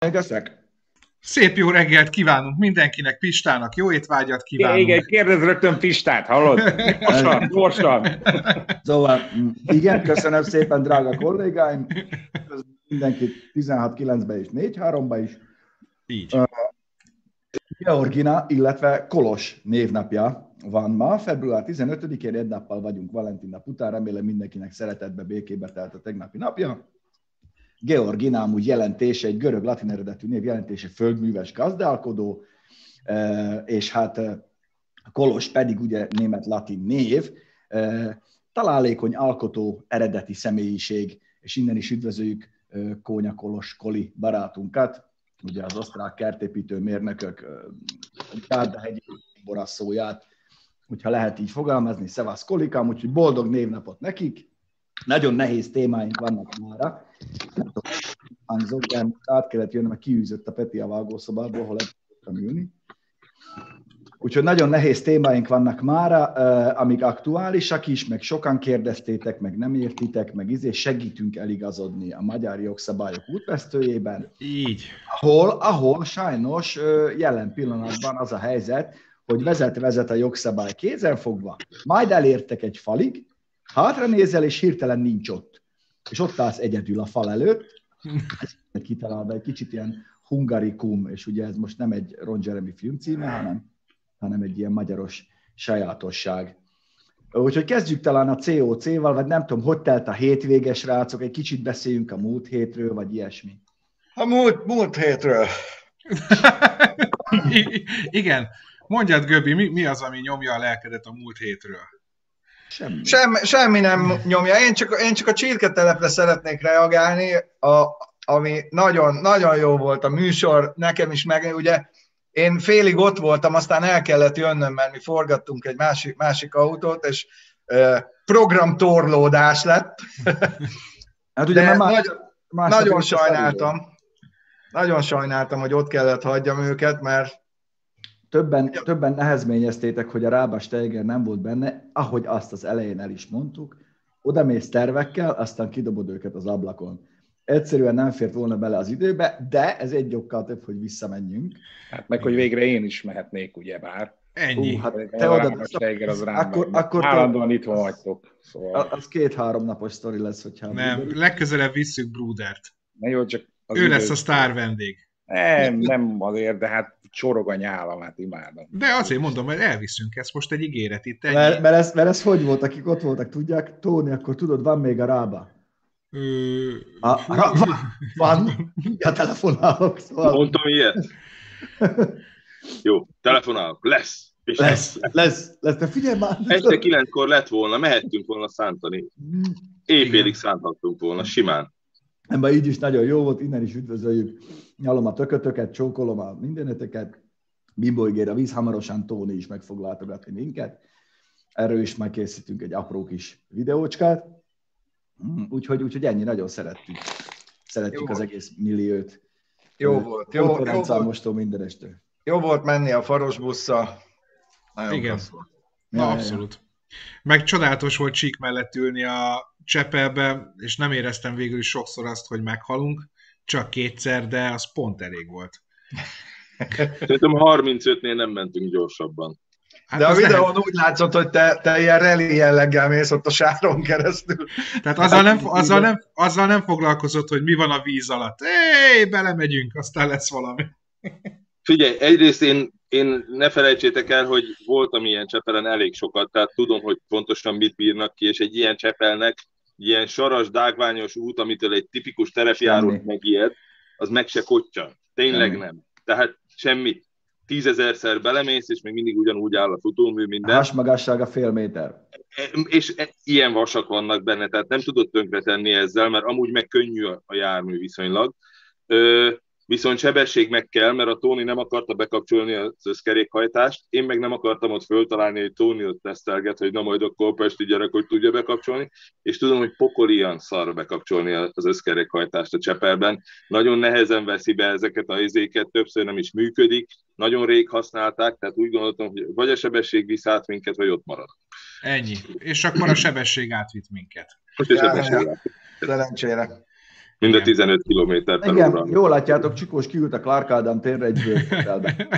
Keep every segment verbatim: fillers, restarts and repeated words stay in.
Megeszek? Szép jó reggelt kívánunk mindenkinek, Pistának jó étvágyat kívánunk. Igen, kérdezz rögtön Pistát, hallod? Gyorsan, gyorsan. Szóval, igen, köszönöm szépen, drága kollégáim. Mindenkit tizenhat kilencbe és négy háromba is. Így. Uh, Georgina, illetve Kolos névnapja van ma. február tizenötödikén egy nappal vagyunk Valentin nap után. Remélem mindenkinek szeretetbe, békébe telt a tegnapi napja. Georgina amúgy jelentése, egy görög-latin eredetű név jelentése földműves gazdálkodó, és hát Kolos pedig ugye német-latin név, találékony alkotó eredeti személyiség, és innen is üdvözöljük Kónya Kolos Koli barátunkat, ugye az osztrák kertépítő mérnökök Gárdahegyi borasszóját, hogyha lehet így fogalmazni, szevasz Kolikám, úgyhogy boldog névnapot nekik. Nagyon nehéz témáink vannak mára. Nem tudom, hangzok, de át kellett jönnöm, mert kiűzött a Peti a vágószobából, hol tudtam ülni. Úgyhogy nagyon nehéz témáink vannak mára, amik aktuálisak is, meg sokan kérdeztétek, meg nem értitek, meg izé segítünk eligazodni a magyar jogszabályok útvesztőjében. Így. Ahol, ahol sajnos jelen pillanatban az a helyzet, hogy vezet-vezet a jogszabály kézenfogva, majd elértek egy falig, hátra nézel, és hirtelen nincs ott. És ott állsz egyedül a fal előtt, ez kitalálva egy kicsit ilyen hungarikum, és ugye ez most nem egy Ron Jeremy film címe, hanem, hanem egy ilyen magyaros sajátosság. Úgyhogy kezdjük talán a cé o cé-val, vagy nem tudom, hogy telt a hétvége, srácok, egy kicsit beszéljünk a múlt hétről, vagy ilyesmi. A múlt, múlt hétről. I- igen, mondjad Göbi, mi, mi az, ami nyomja a lelkedet a múlt hétről? Semmi. Semmi, semmi nem nyomja. Én csak, én csak a csirketelepre szeretnék reagálni, a, ami nagyon, nagyon jó volt a műsor, nekem is meg, ugye én félig ott voltam, aztán el kellett jönnöm, mert mi forgattunk egy másik, másik autót, és uh, programtorlódás lett. Hát ugye De már nagyon, nagyon sajnáltam. Nagyon sajnáltam, hogy ott kellett hagyjam őket, mert Többen, többen nehezményeztétek, hogy a Rába Steiger nem volt benne, ahogy azt az elején el is mondtuk, odamész tervekkel, aztán kidobod őket az ablakon. Egyszerűen nem fért volna bele az időbe, de ez egy okkal több, hogy visszamenjünk. Hát meg, hogy végre én is mehetnék, ugyebár. Ennyi. Uh, hát Te te oda, oda, Steiger az rám akkor, akkor, akkor állandóan itt vagytok. Szóval. az két-három napos sztori lesz, hogyha... Nem, minden. legközelebb visszük Brudert. Ne jó, csak az Ő idő... lesz a sztár vendég. Nem, nem azért, de hát csorog a nyálamát, imádom. De azért mondom, hogy elviszünk, ez most egy ígéret itt. Ennyi. Mert, mert, ez, mert ez hogy volt, akik ott voltak, tudják? Tóni, akkor tudod, van még a Rába. Ö... A, a, van, van, ja, telefonálok, szóval. Mondtam ilyet. Jó, telefonálok. Lesz. És Lesz, lesz, lesz, de figyelj már. Este kilenckor lett volna, mehettünk volna szántani. Éjfélig szánthattunk volna, simán. Ebben így is nagyon jó volt, innen is üdvözöljük. Nyalom a tökötöket, csókolom a mindeneteket. Bimbo ígér a víz, hamarosan Tóni is meg fog látogatni minket. Erről is majd készítünk egy apró kis videócskát. Úgyhogy, úgyhogy ennyi, nagyon szerettük. Szeretjük jó az volt. Egész milliót. Jó volt. Jó, jó, volt. Minden este. Jó volt menni a faros busszal. Nagyon igen. volt. Na, ja, abszolút. Ja. Meg csodálatos volt Csík mellett ülni a Csepelbe, és nem éreztem végül is sokszor azt, hogy meghalunk, csak kétszer, de az pont elég volt. Szerintem harmincötnél nem mentünk gyorsabban. Hát de a videón lehet... úgy látszott, hogy te, te ilyen rally jelleggel mész ott a sáron keresztül. Tehát azzal nem, azzal, nem, azzal nem foglalkozott, hogy mi van a víz alatt. Éj, belemegyünk, aztán lesz valami. Figyelj, egyrészt én, én ne felejtsétek el, hogy voltam ilyen Csepelen elég sokat, tehát tudom, hogy pontosan mit bírnak ki, és egy ilyen Csepelnek, ilyen saras, dágványos út, amitől egy tipikus terepjáró megijed, az meg se kottyan. Tényleg semmi. Nem. Tehát semmi. Tízezerszer belemész, és még mindig ugyanúgy áll a futómű, minden. A hasmagassága fél méter. És ilyen vasak vannak benne, tehát nem tudod tönkretenni ezzel, mert amúgy meg könnyű a jármű viszonylag. Ö, viszont sebesség meg kell, mert a Tóni nem akarta bekapcsolni az összkerékhajtást, én meg nem akartam ott föltalálni, hogy Tóni ott tesztelget, hogy na majd akkor pesti gyerek, hogy tudja bekapcsolni, és tudom, hogy pokolian szar bekapcsolni az összkerékhajtást a Csepelben. Nagyon nehezen veszi be ezeket a izéket, többször nem is működik, nagyon rég használták, tehát úgy gondoltam, hogy vagy a sebesség visz át minket, vagy ott marad. Ennyi. És akkor a sebesség átvitt minket. Most is sebesség átvitt. Szerencsére. Mind a tizenöt kilométer per Igen, óra. jól látjátok, Csikós kiült a Clark Ádám térre egy bőrfotelbe.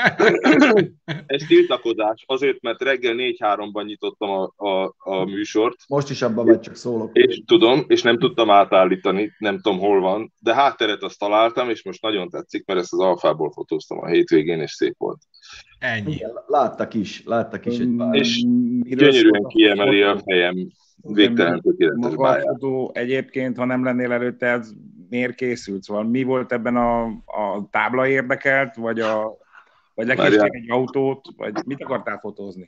Ez tiltakozás, azért, mert reggel négy-háromban nyitottam a, a, a műsort. Most is abban vagy, csak szólok. És tudom, és nem tudtam átállítani, nem tudom hol van, de hátteret azt találtam, és most nagyon tetszik, mert ezt az Alfából fotóztam a hétvégén, és szép volt. Ennyi. Igen, láttak is, láttak is egy pár. És gyönyörűen kiemeli a fejem végtelen tökéletes Maga a báját. fotó egyébként, ha nem lennél előtte, ez miért készült? Szóval mi volt ebben a, a tábla érdekelt, vagy, a, vagy lekéstél egy autót, vagy mit akartál fotózni?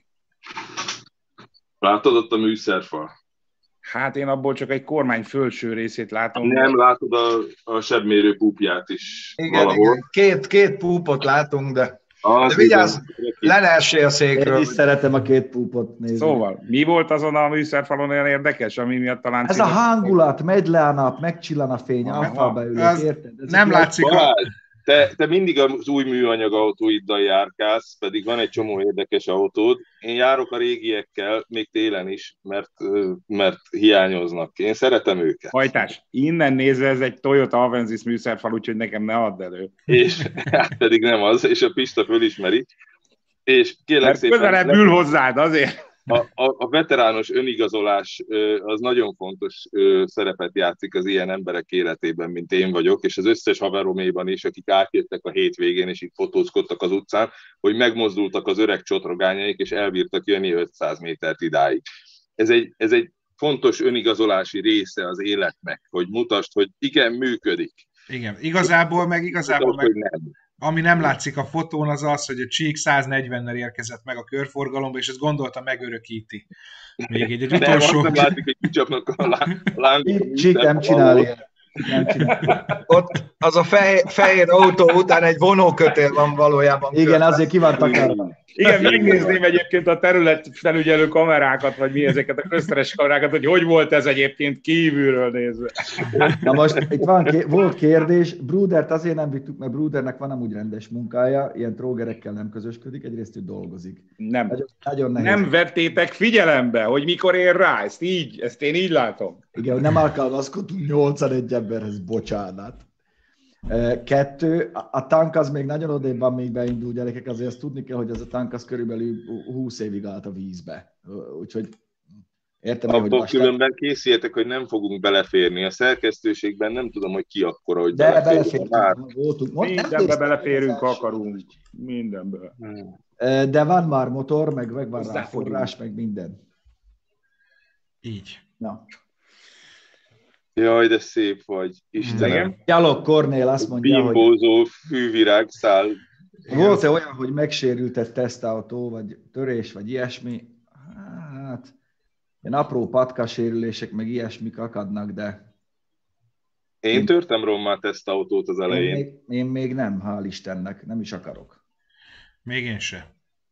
Látod ott a műszerfal? Hát én abból csak egy kormány fölső részét látom. Nem, látod a, a sebmérő púpját is Igen, valahol. igen. Két, két púpot látunk, de, Az de vigyázz, igen. le ne essél a Én székről. is szeretem a két púpot nézni. Szóval, mi volt azon a műszerfalon olyan érdekes, ami miatt talán... Ez a hangulat, megy le a nap, megcsillan a fény, Aha, alfába ülök, ez érted? Ez nem egy- látszik a... Balázs, te, te mindig az új műanyag autóiddal járkálsz, pedig van egy csomó érdekes autód. Én járok a régiekkel, még télen is, mert, mert hiányoznak. Én szeretem őket. Hajtás, innen nézve ez egy Toyota Avensis műszerfal, úgyhogy nekem ne add elő. És hát pedig nem az, és a Pista fölismeri. És kérlek Mert szépen, közelebb ül hozzád, azért. a, a, a veterános önigazolás ö, az nagyon fontos ö, szerepet játszik az ilyen emberek életében, mint én vagyok, és az összes haveroméban is, akik átjöttek a hétvégén, és itt fotózkodtak az utcán, hogy megmozdultak az öreg csotrogányaik, és elbírtak jönni ötszáz métert idáig. Ez egy, ez egy fontos önigazolási része az életnek, hogy mutasd, hogy igen, működik. Igen, igazából meg igazából Mutasd, meg... hogy nem. Ami nem látszik a fotón, az az, hogy a Csík száznegyvennel érkezett meg a körforgalomba, és ezt gondolta megörökíti. Még egy, egy Nem, utolsó... azt nem látszik, hogy kicsapnak a lá- lángot. Csík nem csinál ilyet. Nem csinál. Ott az a fej, fehér autó után egy vonókötél van valójában. Igen, körbe. azért ki van takarva. Igen, megnézném egyébként a területfelügyelő kamerákat, vagy mi ezeket a közteres kamerákat, hogy hogy volt ez egyébként kívülről nézve. Na most itt van, volt kérdés, Brudert azért nem vittük, mert Brudernek van amúgy rendes munkája, ilyen trógerekkel nem közösködik, egyrészt ő dolgozik. Nem. Nagyon, nagyon nehéz. Nem vettétek figyelembe, hogy mikor ér rá, ezt így, ezt én így látom. Igen, hogy nem alkalmazkodtunk nyolcanegy emberhez, bocsánat. Kettő, a tank az még nagyon odébb van, még beindul, gyerekek, azért azt tudni kell, hogy ez a tank az körülbelül húsz évig állt a vízbe. Úgyhogy értem, hogy Abból vastag. különben készüljetek, hogy nem fogunk beleférni. A szerkesztőségben nem tudom, hogy ki akkora, hogy De beleférünk. belefértünk, voltunk. Most nem Mindenbe néztem beleférünk, az akarunk. Mindenbe. első. De van már motor, meg, meg van rá Hozzáfogjuk. forrás, meg minden. Így. Na. Jaj, de szép vagy, Istenem. Igen. Gyalog Kornél azt mondja, hogy Bimbózó fűvirág száll. volt-e olyan, hogy megsérült egy tesztautó, vagy törés, vagy ilyesmi? Hát, ilyen apró patkasérülések, meg ilyesmik akadnak, de Én törtem rommá tesztautót az én elején. még, én még nem, hál' Istennek, nem is akarok. Még én se.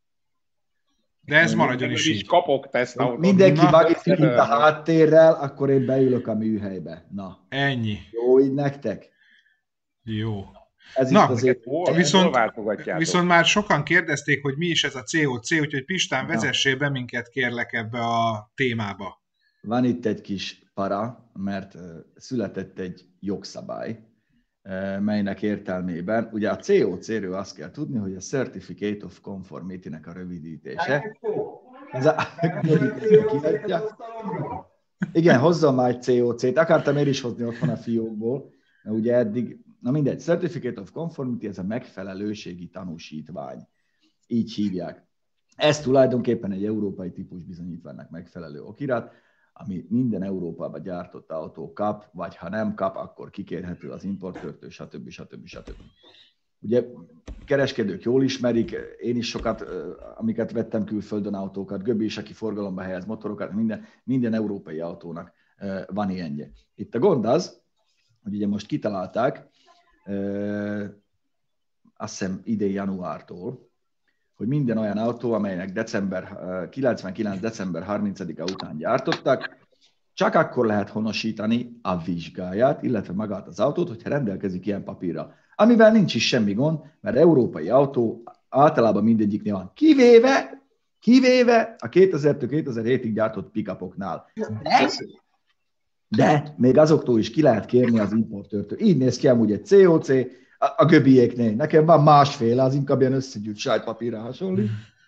De ez maradjon is is így. kapok tesztautót. Mindenki Na. vagit kint a háttérrel, akkor én beülök a műhelybe. Na, Ennyi. jó így nektek? Jó. Ez Na, itt azért... Hol, Viszont- hol váltogatjátok? Viszont már sokan kérdezték, hogy mi is ez a cé o cé, úgyhogy Pistán Na. vezessél be minket, kérlek, ebbe a témába. Van itt egy kis para, mert uh, született egy jogszabály, uh, melynek értelmében, ugye a cé o cé-ről azt kell tudni, hogy a Certificate of Conformity-nek a rövidítése. Ez a... Igen, hozzon már egy cé o cét, akartam én is hozni otthon a fiókból, mert ugye eddig, na mindegy, Certificate of Conformity, ez a megfelelőségi tanúsítvány, így hívják. Ez tulajdonképpen egy európai típus bizonyítványnak megfelelő okirat, ami minden Európában gyártott autó kap, vagy ha nem kap, akkor kikérhető az importőrtől, stb. stb. stb. Ugye kereskedők jól ismerik, én is sokat, amiket vettem külföldön autókat, Göbbi is, aki forgalomba helyez motorokat, minden, minden európai autónak van ilyenje. Itt a gond az, hogy ugye most kitalálták, azt hiszem idén januártól, hogy minden olyan autó, amelynek december, kilencvenkilenc. december harmincadika után gyártottak, csak akkor lehet honosítani a vizsgáját, illetve magát az autót, hogyha rendelkezik ilyen papírral. Amivel nincs is semmi gond, mert európai autó általában mindegyiknél van. Kivéve, kivéve a kétezertől kétezer-hétig gyártott pick-upoknál. De, De még azoktól is ki lehet kérni az importőrtől. Így néz ki amúgy egy cé o cé, a, a göbiéknél. Nekem van másféle, az inkább ilyen összegyűjt sajtpapírra hasonlít.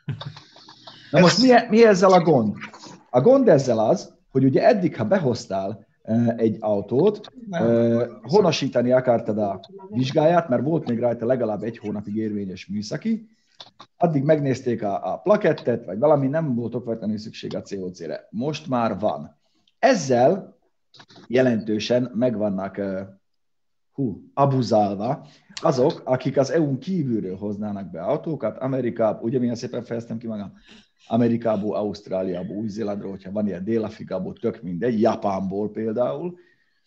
Na most mi, mi ezzel a gond? A gond ezzel az, hogy ugye eddig, ha behoztál egy autót, honosítani akartad a vizsgáját, mert volt még rajta legalább egy hónapig érvényes műszaki, addig megnézték a, a plakettet, vagy valami, nem volt okvetlenül szükség a cé o cére. Most már van. Ezzel jelentősen megvannak hú, abuzálva azok, akik az é u-n kívülről hoznának be autókat, Amerikából, ugye milyen szépen fejeztem ki magam, Amerikából, Ausztráliából, Új-Zélandról, hogyha van ilyen Dél-Afrikából, tök mindegy, Japánból például,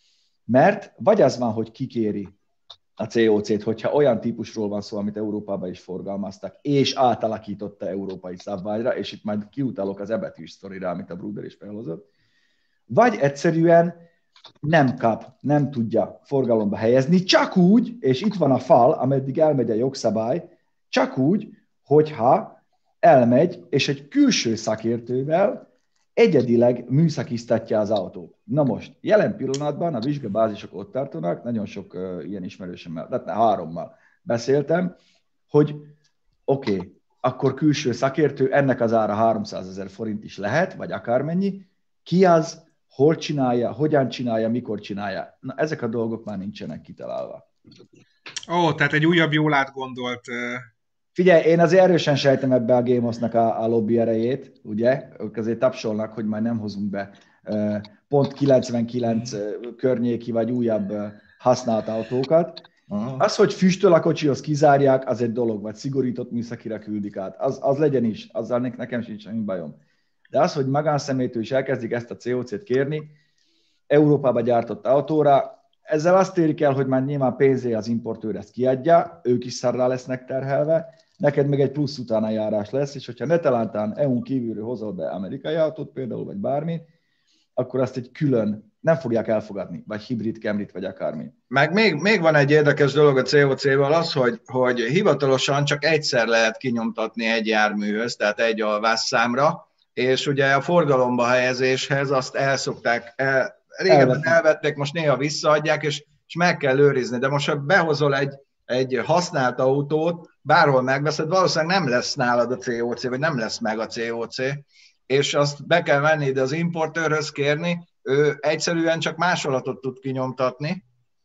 mert vagy az van, hogy kikéri a cé o cét, hogyha olyan típusról van szó, amit Európában is forgalmaztak, és átalakította európai szabványra, és itt majd kiutalok az ebetűs sztorira, amit a Bruder is felhozott, vagy egyszerűen nem kap, nem tudja forgalomba helyezni, csak úgy, és itt van a fal, ameddig elmegy a jogszabály, csak úgy, hogyha elmegy, és egy külső szakértővel egyedileg műszakiztatja az autót. Na most, jelen pillanatban a vizsgabázisok ott tartanak, nagyon sok uh, ilyen ismerősömmel, tehát hárommal beszéltem, hogy oké, okay, akkor külső szakértő, ennek az ára háromszázezer forint is lehet, vagy akármennyi, ki az, hol csinálja, hogyan csinálja, mikor csinálja. Na, ezek a dolgok már nincsenek kitalálva. Ó, tehát egy újabb, jól átgondolt... Uh... Figyelj, én azért erősen sejtem ebbe a Gémosznak a, a lobby erejét, ugye? Ők azért tapsolnak, hogy majd nem hozunk be uh, pont kilencvenkilenc uh, környéki vagy újabb uh, használt autókat. Uh-huh. Az, hogy füstöl a kocsihoz kizárják, az egy dolog, vagy szigorított műszakira küldik át. Az, az legyen is, azzal nekem sincs semmi bajom. De az, hogy magánszemélytől is elkezdik ezt a cé o cét kérni, Európába gyártott autóra, ezzel azt érik el, hogy már nyilván pénzé az importőr ezt kiadja, ők is szarrá lesznek terhelve, neked meg egy plusz utána járás lesz, és hogyha netalántán é u-n kívülről hozol be amerikai autót például, vagy bármi, akkor azt egy külön nem fogják elfogadni, vagy hibrid, Camryt, vagy akármi. Meg még, még van egy érdekes dolog a cé o cével az, hogy, hogy hivatalosan csak egyszer lehet kinyomtatni egy járműhöz, tehát egy alvásszámra, és ugye a forgalomba helyezéshez azt elszokták, el, régebben elvették, most néha visszaadják, és, és meg kell őrizni. De most, ha behozol egy, egy használt autót, bárhol megveszed, valószínűleg nem lesz nálad a cé o cé, vagy nem lesz meg a cé o cé, és azt be kell venni ide az importőrhöz kérni, ő egyszerűen csak másolatot tud kinyomtatni,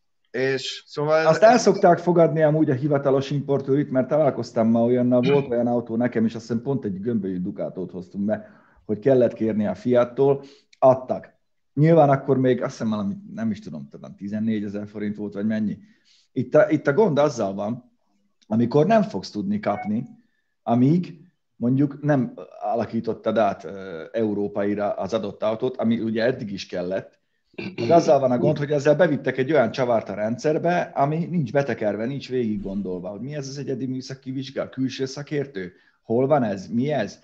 és szóval... Azt el szokták fogadni amúgy a hivatalos importőrit, mert találkoztam ma olyannal, volt olyan autó nekem, és azt hiszem pont egy gömbölyű Ducatot hoztunk be, hogy kellett kérni a Fiattól, adtak. Nyilván akkor még, azt hiszem valami, nem is tudom, talán tizennégyezer forint volt, vagy mennyi. Itt a, itt a gond azzal van, amikor nem fogsz tudni kapni, amíg mondjuk nem alakítottad át európaira az adott autót, ami ugye eddig is kellett. De azzal van a gond, hogy ezzel bevittek egy olyan csavart a rendszerbe, ami nincs betekerve, nincs végig gondolva, hogy mi ez az egyedi műszaki vizsga, külső szakértő, hol van ez, mi ez.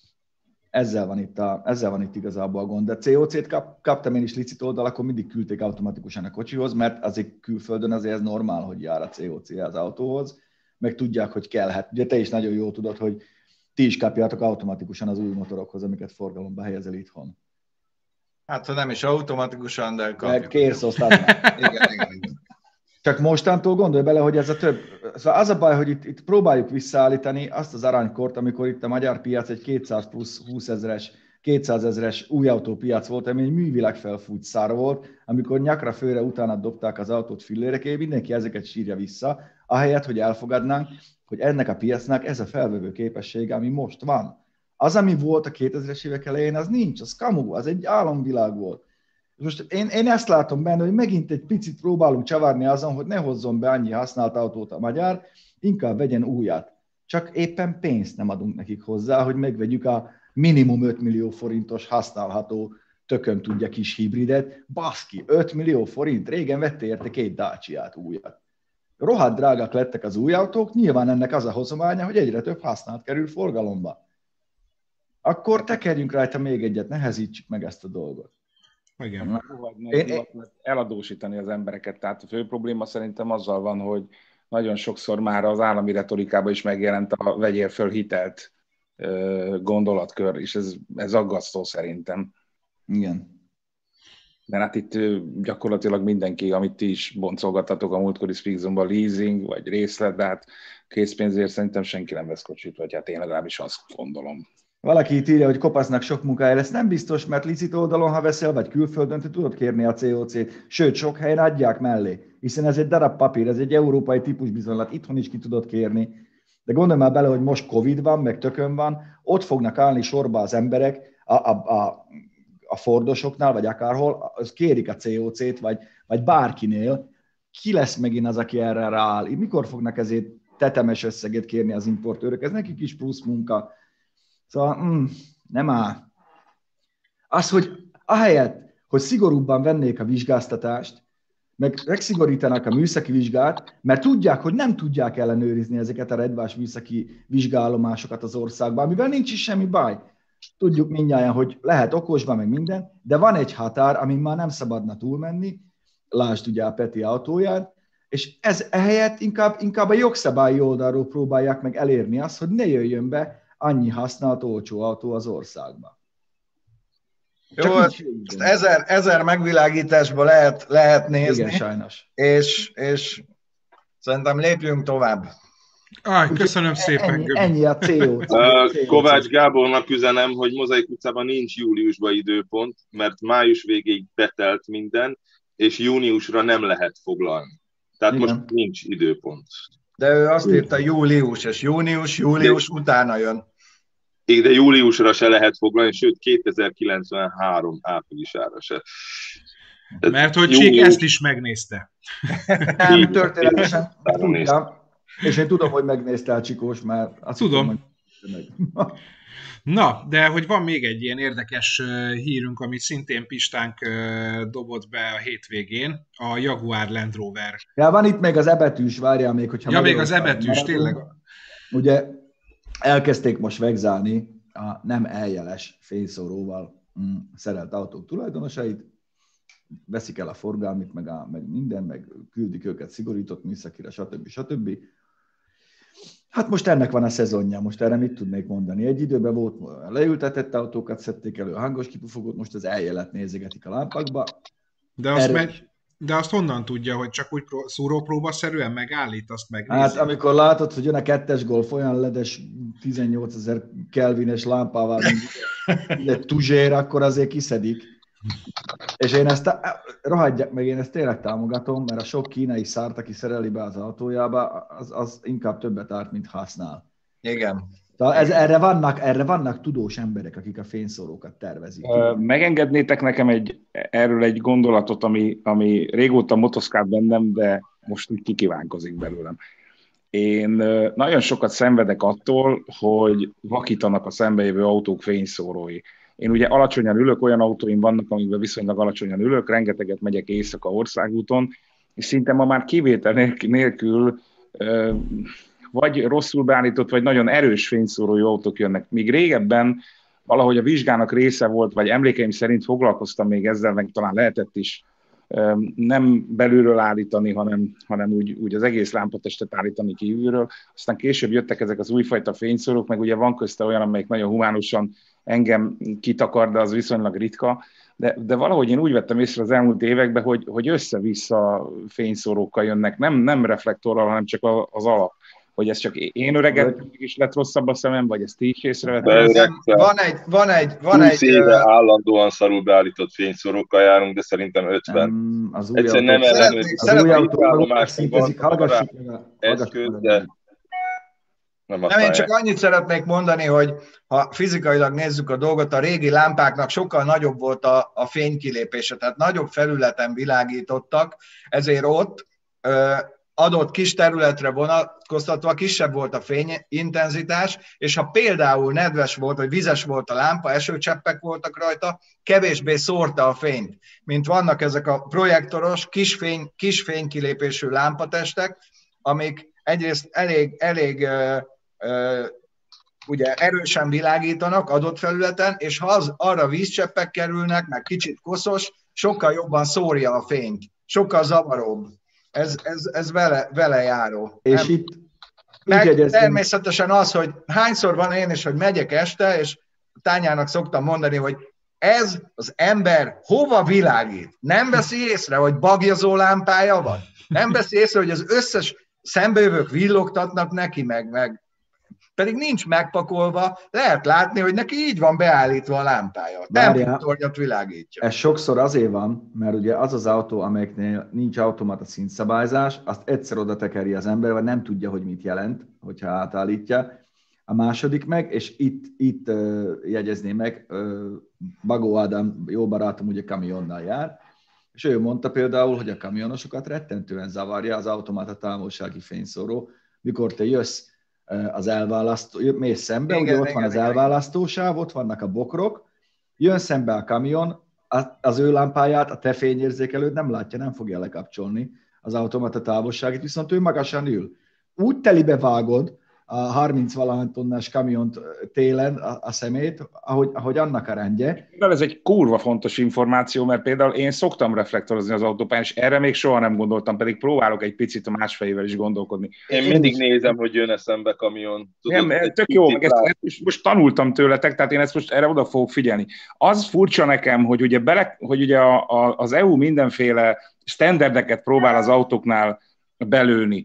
Ezzel van itt, a, ezzel van itt igazából a gond. De cé o cét kap, kaptam én is licit oldalakon, mindig küldték automatikusan a kocsihoz, mert azért külföldön azért ez normál, hogy jár a cé o cé az autóhoz, meg tudják, hogy kell. Hát ugye te is nagyon jól tudod, hogy ti is kapjátok automatikusan az új motorokhoz, amiket forgalomba helyezel itthon. Hát, ha nem is automatikusan, de kapjuk. Meg kérsz, aztán igen, igen, igen. Csak mostantól gondolj bele, hogy ez a több... Szóval az a baj, hogy itt, itt próbáljuk visszaállítani azt az aranykort, amikor itt a magyar piac egy kétszáz plusz húszezeres, kétszázezeres új autópiac volt, ami egy művileg felfújt szár volt, amikor nyakra főre utána dobták az autót filléreké, mindenki ezeket sírja vissza, ahelyett, hogy elfogadnánk, hogy ennek a piacnak ez a felvevő képessége, ami most van. Az, ami volt a kétezres évek elején, az nincs, az kamu, az egy álomvilág volt. Most én, én ezt látom benne, hogy megint egy picit próbálunk csavarni azon, hogy ne hozzon be annyi használt autót a magyar, inkább vegyen újat. Csak éppen pénzt nem adunk nekik hozzá, hogy megvegyük a minimum öt millió forintos használható tökön tudja kis hibridet. Baszki, öt millió forint, régen vette érte két Dacia-t újat. Rohadt drágák lettek az új autók, nyilván ennek az a hozománya, hogy egyre több használt kerül forgalomba. Akkor tekerjünk rajta még egyet, nehezítsük meg ezt a dolgot. Igen. Én... eladósítani az embereket. Tehát a fő probléma szerintem azzal van, hogy nagyon sokszor már az állami retorikában is megjelent a vegyél föl hitelt gondolatkör, és ez, ez aggasztó szerintem. Igen. De hát itt gyakorlatilag mindenki, amit ti is boncolgattatok a múltkori Speakzone-ban, leasing vagy részlet, de hát készpénzért szerintem senki nem vesz kocsit, vagy hát én legalábbis azt gondolom. Valaki itt írja, hogy kopasznak sok munkája lesz. Nem biztos, mert licit oldalon, ha veszel, vagy külföldön, te tudod kérni a cé o cét. Sőt, sok helyen adják mellé. Hiszen ez egy darab papír, ez egy európai típusbizonylat, itthon is ki tudod kérni. De gondolj már bele, hogy most Covid van, meg tökön van, ott fognak állni sorba az emberek a, a, a, a Fordosoknál, vagy akárhol, az kérik a cé o cét, vagy, vagy bárkinél. Ki lesz megint az, aki erre rááll? Mikor fognak ezért tetemes összeget kérni az importőrök? Ez nekik is plusz munka. Szóval mm, nem áll. Az, hogy ahelyett, hogy szigorúbban vennék a vizsgáztatást, meg megszigorítanak a műszaki vizsgát, mert tudják, hogy nem tudják ellenőrizni ezeket a redvás műszaki vizsgállomásokat az országban, amivel nincs is semmi baj. Tudjuk mindjárt, hogy lehet okosban, meg minden, de van egy határ, amin már nem szabadna túlmenni, lásd ugye a Peti autóját, és ez ehelyett inkább, inkább a jogszabályi oldalról próbálják meg elérni azt, hogy ne jöjjön be annyi használt olcsó autó az országba. Jó, ezt ezer, ezer megvilágításba lehet, lehet nézni. Igen, sajnos. És, és szerintem lépjünk tovább. Aj, köszönöm szépen. Ennyi, ennyi a cé o cé. Uh, Kovács Gábornak üzenem, hogy Mozaik utcában nincs júliusban időpont, mert május végéig betelt minden, és júniusra nem lehet foglalni. Tehát igen. Most nincs időpont. De ő azt írta július, és június, július de, utána jön. De júliusra se lehet foglalni, sőt kétezer-kilencvenhárom áprilisára se. Mert hogy Csík július... ezt is megnézte. Nem, történetesen tudja. És én tudom, hogy megnézte a Csikós, mert azt tudom. Tudom hogy... Na, de hogy van még egy ilyen érdekes hírünk, amit szintén Pistánk dobott be a hétvégén, a Jaguar Land Rover. Ja, van itt még az ebetűs, várjál még, hogyha... Ja, még az ebetűs, tényleg. Ugye elkezdték most vegzálni a nem eljeles fényszóróval mm, szerelt autók tulajdonosait, veszik el a forgalmit, meg, a, meg minden, meg küldik őket szigorított műszakira, stb. stb. Hát most ennek van a szezonja, most erre mit tudnék mondani? Egy időben volt, leültetett autókat szedték elő, hangos kipufogót, most az eljelet nézegetik a lámpakba. De azt, meg, de azt honnan tudja, hogy csak úgy szúrópróbaszerűen megállít, azt megnézi? Hát amikor látod, hogy jön a kettes Golf olyan ledes tizennyolcezer kelvines lámpával, mint egy tuzsér, akkor azért kiszedik. És én ezt, rohadjak meg, én ezt tényleg támogatom, mert a sok kínai szárt, aki szereli be az autójába, az, az inkább többet árt, mint használ. Igen. Tehát ez, erre, vannak, erre vannak tudós emberek, akik a fényszórókat tervezik. Megengednétek nekem egy, erről egy gondolatot, ami, ami régóta motoszkált bennem, de most úgy kikívánkozik belőlem. Én nagyon sokat szenvedek attól, hogy vakítanak a szembejövő autók fényszórói. Én ugye alacsonyan ülök, olyan autóim vannak, amikben viszonylag alacsonyan ülök, rengeteget megyek éjszaka országúton, és szinte ma már kivétel nélkül vagy rosszul beállított, vagy nagyon erős fényszórói autók jönnek. Míg régebben valahogy a vizsgának része volt, vagy emlékeim szerint foglalkoztam még ezzel, meg talán lehetett is nem belülről állítani, hanem, hanem úgy, úgy az egész lámpatestet állítani kívülről. Aztán később jöttek ezek az újfajta fényszórók, meg ugye van közte olyan, amelyik nagyon humánusan engem kitakar, de az viszonylag ritka. De, de valahogy én úgy vettem észre az elmúlt években, hogy, hogy össze-vissza fényszórókkal jönnek, nem, nem reflektorral, hanem csak az alap. Hogy ez csak én öregedtem, is lett rosszabb a szemem, vagy ezt ti is észrevettem? Van egy... Van egy, van egy éve állandóan szarul beállított fényszórókkal járunk, de szerintem ötven. Nem, az új Egyszerűen nem ellenőrzik. Az új autók szintezik, hallgassuk meg. Eszköz, de nem, nem én csak annyit szeretnék mondani, hogy ha fizikailag nézzük a dolgot, a régi lámpáknak sokkal nagyobb volt a, a fénykilépése, tehát nagyobb felületen világítottak, ezért ott ö, adott kis területre vonatkoztatva kisebb volt a fényintenzitás, és ha például nedves volt, vagy vizes volt a lámpa, esőcseppek voltak rajta, kevésbé szórta a fényt, mint vannak ezek a projektoros, kis, fény, kis fénykilépésű lámpatestek, amik egyrészt elég, elég ö, ö, ugye erősen világítanak adott felületen, és ha az, arra vízcseppek kerülnek, meg kicsit koszos, sokkal jobban szórja a fényt, sokkal zavaróbb. Ez, ez, ez vele, vele járó. És nem? Itt meg természetesen az, hogy hányszor van én is, hogy megyek este, és Tányának szoktam mondani, hogy ez az ember hova világít? Nem veszi észre, hogy bagyazó lámpája van? Nem veszi észre, hogy az összes szembejövők villogtatnak neki meg, meg. Pedig nincs megpakolva, lehet látni, hogy neki így van beállítva a lámpája. Tempótornyot világítja. Ez sokszor azért van, mert ugye az az autó, amelyiknél nincs automata szintszabályzás, azt egyszer oda tekeri az ember, vagy nem tudja, hogy mit jelent, hogyha átállítja. A második meg, és itt, itt uh, jegyezném meg, uh, Bagó Ádám, jó barátom, ugye kamionnal jár, és ő mondta például, hogy a kamionosokat rettentően zavarja az automata távolsági fényszóró, mikor te jössz az elválasztó, mész szembe, igen, ugye ott igen, van az igen, elválasztósáv, ott vannak a bokrok, jön szembe a kamion, az ő lámpáját, a te fényérzékelőd nem látja, nem fogja lekapcsolni az automata távolságit, viszont ő magasan ül. Úgy telibe vágod a harminc-valahány tonnás kamiont télen a, a szemét, ahogy, ahogy annak a rendje. Ez egy kurva fontos információ, mert például én szoktam reflektorozni az autópályán, és erre még soha nem gondoltam, pedig próbálok egy picit a másfejével is gondolkodni. Én mindig nézem, hogy jön eszembe kamion. Tudod, nem, tök jó, meg ezt, ezt most tanultam tőletek, tehát én ezt most erre oda fogok figyelni. Az furcsa nekem, hogy ugye, bele, hogy ugye a, a, az é u mindenféle standardeket próbál az autóknál belőni.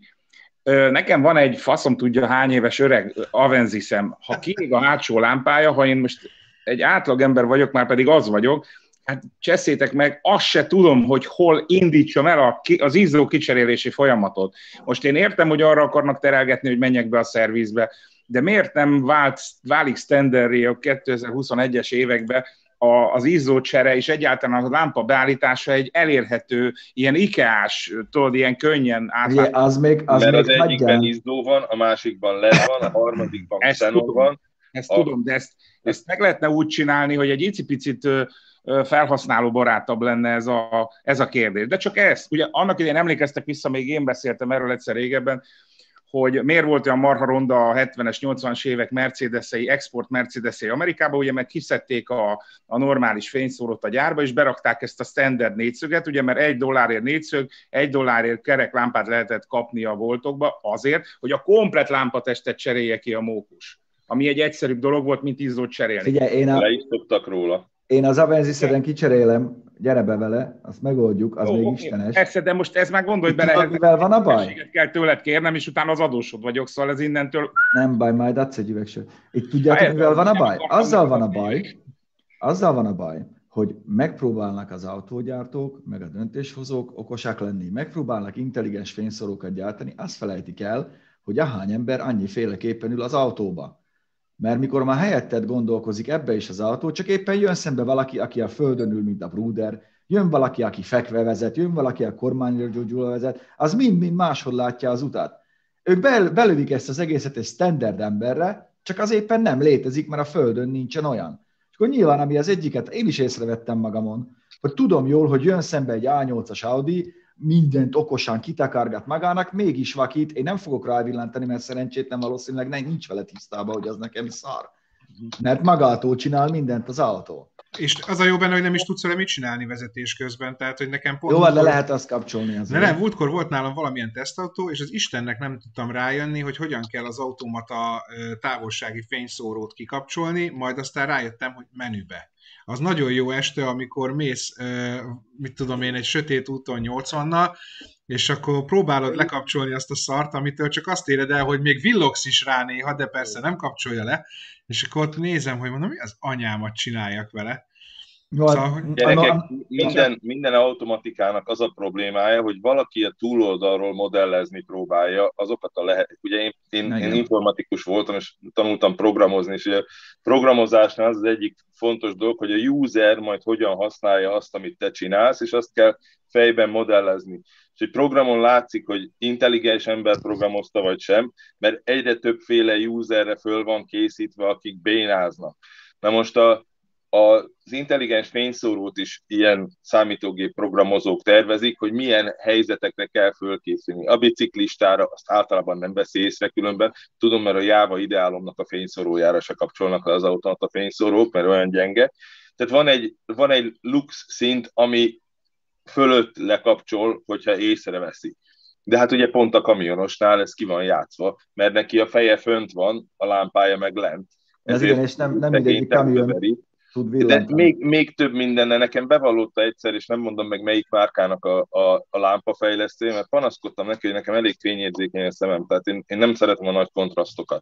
Nekem van egy faszom tudja hány éves öreg Avenzisem, ha kiég a hátsó lámpája, ha én most egy átlagember vagyok, már pedig az vagyok, hát cseszétek meg, azt se tudom, hogy hol indítsam el a, az izzó kicserélési folyamatot. Most én értem, hogy arra akarnak terelgetni, hogy menjek be a szervizbe, de miért nem vált, válik standardé a kétezer-huszonegyes években az izzócsere és egyáltalán a lámpa beállítása egy elérhető, ilyen ikeás, tudod, ilyen könnyen átlátható. Az még, az Mert még az egyikben izzó van, a másikban led van, a harmadikban xenon van. Ezt a... tudom, de ezt, ezt meg lehetne úgy csinálni, hogy egy icipicit felhasználóbarátabb lenne ez a, ez a kérdés. De csak ezt, ugye annak idején emlékeztek vissza, még én beszéltem erről egyszer régebben, hogy miért volt olyan marha ronda a hetvenes, nyolcvanas évek Mercedesei, export Mercedesei Amerikában, ugye meg kiszedték a, a normális fényszórót a gyárba, és berakták ezt a standard négyszöget, ugye mert egy dollárért négyszög, egy dollárért kerek lámpát lehetett kapni a boltokba azért, hogy a komplet lámpatestet cserélje ki a mókus. Ami egy egyszerűbb dolog volt, mint izzót cserélni. Figyelj, én a... Le is szoktak róla. Én az Avenzis-eden kicserélem, gyere be vele, azt megoldjuk, az Ó, még istenes. Persze, de most ez már gondolj bele. Tudod, mivel van a baj? Kell tőled kérnem, és utána az adósod vagyok, szóval ez innentől... Nem baj, majd adsz egy üvegsőt. Itt tudjátok, mivel van a baj? Azzal van a baj, azzal van a baj, hogy megpróbálnak az autógyártók, meg a döntéshozók okosák lenni, megpróbálnak intelligens fényszórókat gyártani, azt felejtik el, hogy ahány ember annyiféleképpen ül az autóba. Mert mikor már helyetted gondolkozik ebbe is az autó, csak éppen jön szembe valaki, aki a földön ül, mint a Bruder, jön valaki, aki fekve vezet, jön valaki, a kormánygyógyuló vezet, az mind-mind máshol látja az utat. Ők bel- belövik ezt az egészet egy standard emberre, csak az éppen nem létezik, mert a földön nincsen olyan. És akkor nyilván, ami az egyiket, én is észrevettem magamon, hogy tudom jól, hogy jön szembe egy á nyolcas Audi, mindent okosan kitakargat magának, mégis vakít, én nem fogok rávillantani, mert szerencsétlen valószínűleg nem, nincs vele tisztában, hogy az nekem szar. Mert magától csinál mindent az autó. És az a jó benne, hogy nem is tudsz vele mit csinálni vezetés közben, tehát hogy nekem pont... Jó, múltkor... le lehet azt kapcsolni. De nem, múltkor volt nálam valamilyen tesztautó, és az Istennek nem tudtam rájönni, hogy hogyan kell az automata távolsági fényszórót kikapcsolni, majd aztán rájöttem, hogy menübe. Az nagyon jó este, amikor mész, mit tudom én, egy sötét úton nyolcvannal, és akkor próbálod lekapcsolni azt a szart, amitől csak azt éred el, hogy még villogsz is rá néha, de persze nem kapcsolja le, és akkor ott nézem, hogy mondom, mi az anyámat csináljak vele. Szóval, hogy... Gyerekek, minden, minden automatikának az a problémája, hogy valaki a túloldalról modellezni próbálja azokat a lehet. Ugye én, én, én informatikus voltam, és tanultam programozni, és ugye a programozásnál az az egyik fontos dolog, hogy a user majd hogyan használja azt, amit te csinálsz, és azt kell fejben modellezni. És egy programon látszik, hogy intelligens ember programozta vagy sem, mert egyre többféle userre föl van készítve, akik bénáznak. Na most a Az intelligens fényszórót is ilyen számítógép programozók tervezik, hogy milyen helyzetekre kell fölkészülni. A biciklistára azt általában nem veszi észre különben. Tudom, mert a Java ideálomnak a fényszórójára se kapcsolnak le az automata fényszórók, mert olyan gyenge. Tehát van egy, van egy lux szint, ami fölött lekapcsol, hogyha észreveszi. De hát ugye pont a kamionosnál ez ki van játszva, mert neki a feje fönt van, a lámpája meg lent. Ez igen, és nem, nem mindegyik kamion. tud De villantani. még, még több mindenne, nekem bevallotta egyszer, és nem mondom meg melyik márkának a, a, a lámpafejlesztő, mert panaszkodtam neki, hogy nekem elég fényérzékeny a szemem, tehát én, én nem szeretem a nagy kontrasztokat.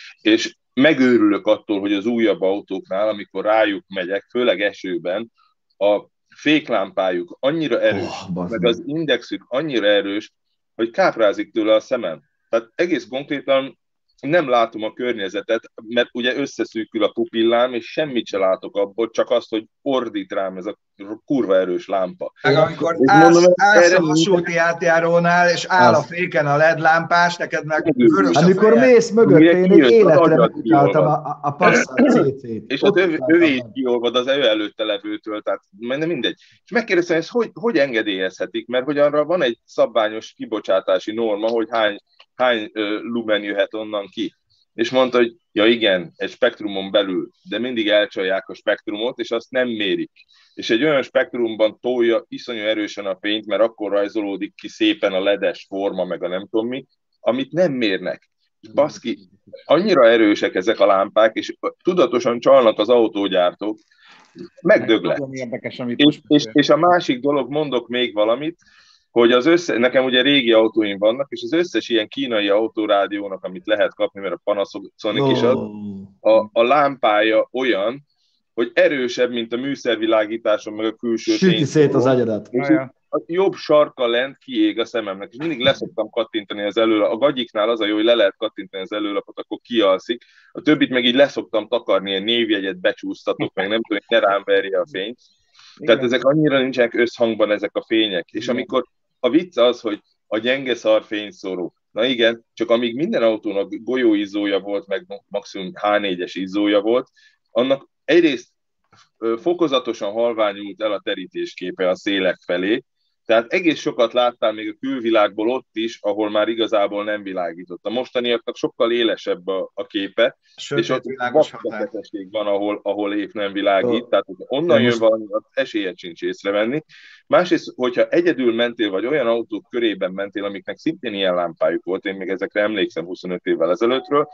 És megőrülök attól, hogy az újabb autóknál, amikor rájuk megyek, főleg esőben, a féklámpájuk annyira erős, Oh, meg az indexük annyira erős, hogy káprázik tőle a szemem. Tehát egész konkrétan nem látom a környezetet, mert ugye összeszűkül a pupillám, és semmit se látok abból, csak azt, hogy ordít rám ez a kurva erős lámpa. Meg amikor És állsz, mondom, állsz a erre vasúti átjárónál, és áll a Az. féken a led lámpás, neked meg vörös a Amikor fejed. mész mögötte, Ugye én egy kijött, az életre agyad megutáltam kiolvad. a, a Passat cé cét. És az övé, övé is kiolvad az ő előtte levőtől, tehát nem mindegy. És megkérdeztem, hogy ezt hogy, hogy engedélyezhetik, mert hogy arra van egy szabványos kibocsátási norma, hogy hány, hány uh, lumen jöhet onnan ki. És mondta, hogy ja igen, egy spektrumon belül, de mindig elcsalják a spektrumot, és azt nem mérik. És egy olyan spektrumban tolja iszonyú erősen a fényt, mert akkor rajzolódik ki szépen a ledes forma, meg a nem tudom mi, amit nem mérnek. És baszki, annyira erősek ezek a lámpák, és tudatosan csalnak az autógyártók, megdöglek. Nagyon érdekes, amit És, most és, és a másik dolog, mondok még valamit, hogy az össze, nekem ugye régi autóim vannak, és az összes ilyen kínai autórádiónak, amit lehet kapni, mert a Panasonic is az, a, a lámpája olyan, hogy erősebb, mint a műszervilágításon, meg a külső Süti szét az fényforró. agyadat. És a jobb sarka lent kiég a szememnek, és mindig leszoktam kattintani az előlapot. A gagyiknál az a jó, hogy le lehet kattintani az előlapot, akkor kialszik. A többit meg így leszoktam takarni, ilyen névjegyet becsúsztatok, meg nem tudom, ne rám verje a fényt. Tehát ezek annyira nincsenek összhangban ezek a fények. És amikor a vicc az, hogy a gyenge szar fényszóró. Na igen, csak amíg minden autónak golyóizzója volt, meg maximum há négyes izzója volt, annak egyrészt fokozatosan halványult el a terítésképe a szélek felé, tehát egész sokat láttál még a külvilágból ott is, ahol már igazából nem világított. A mostaniaknak sokkal élesebb a, a képe, Sötét, és ott világos határ. vakfeketesség van, ahol, ahol épp nem világít, Oh. tehát hogy onnan De jön most- valami, az esélyet sincs észrevenni. Másrészt, hogyha egyedül mentél, vagy olyan autók körében mentél, amiknek szintén ilyen lámpájuk volt, én még ezekre emlékszem huszonöt évvel ezelőttről,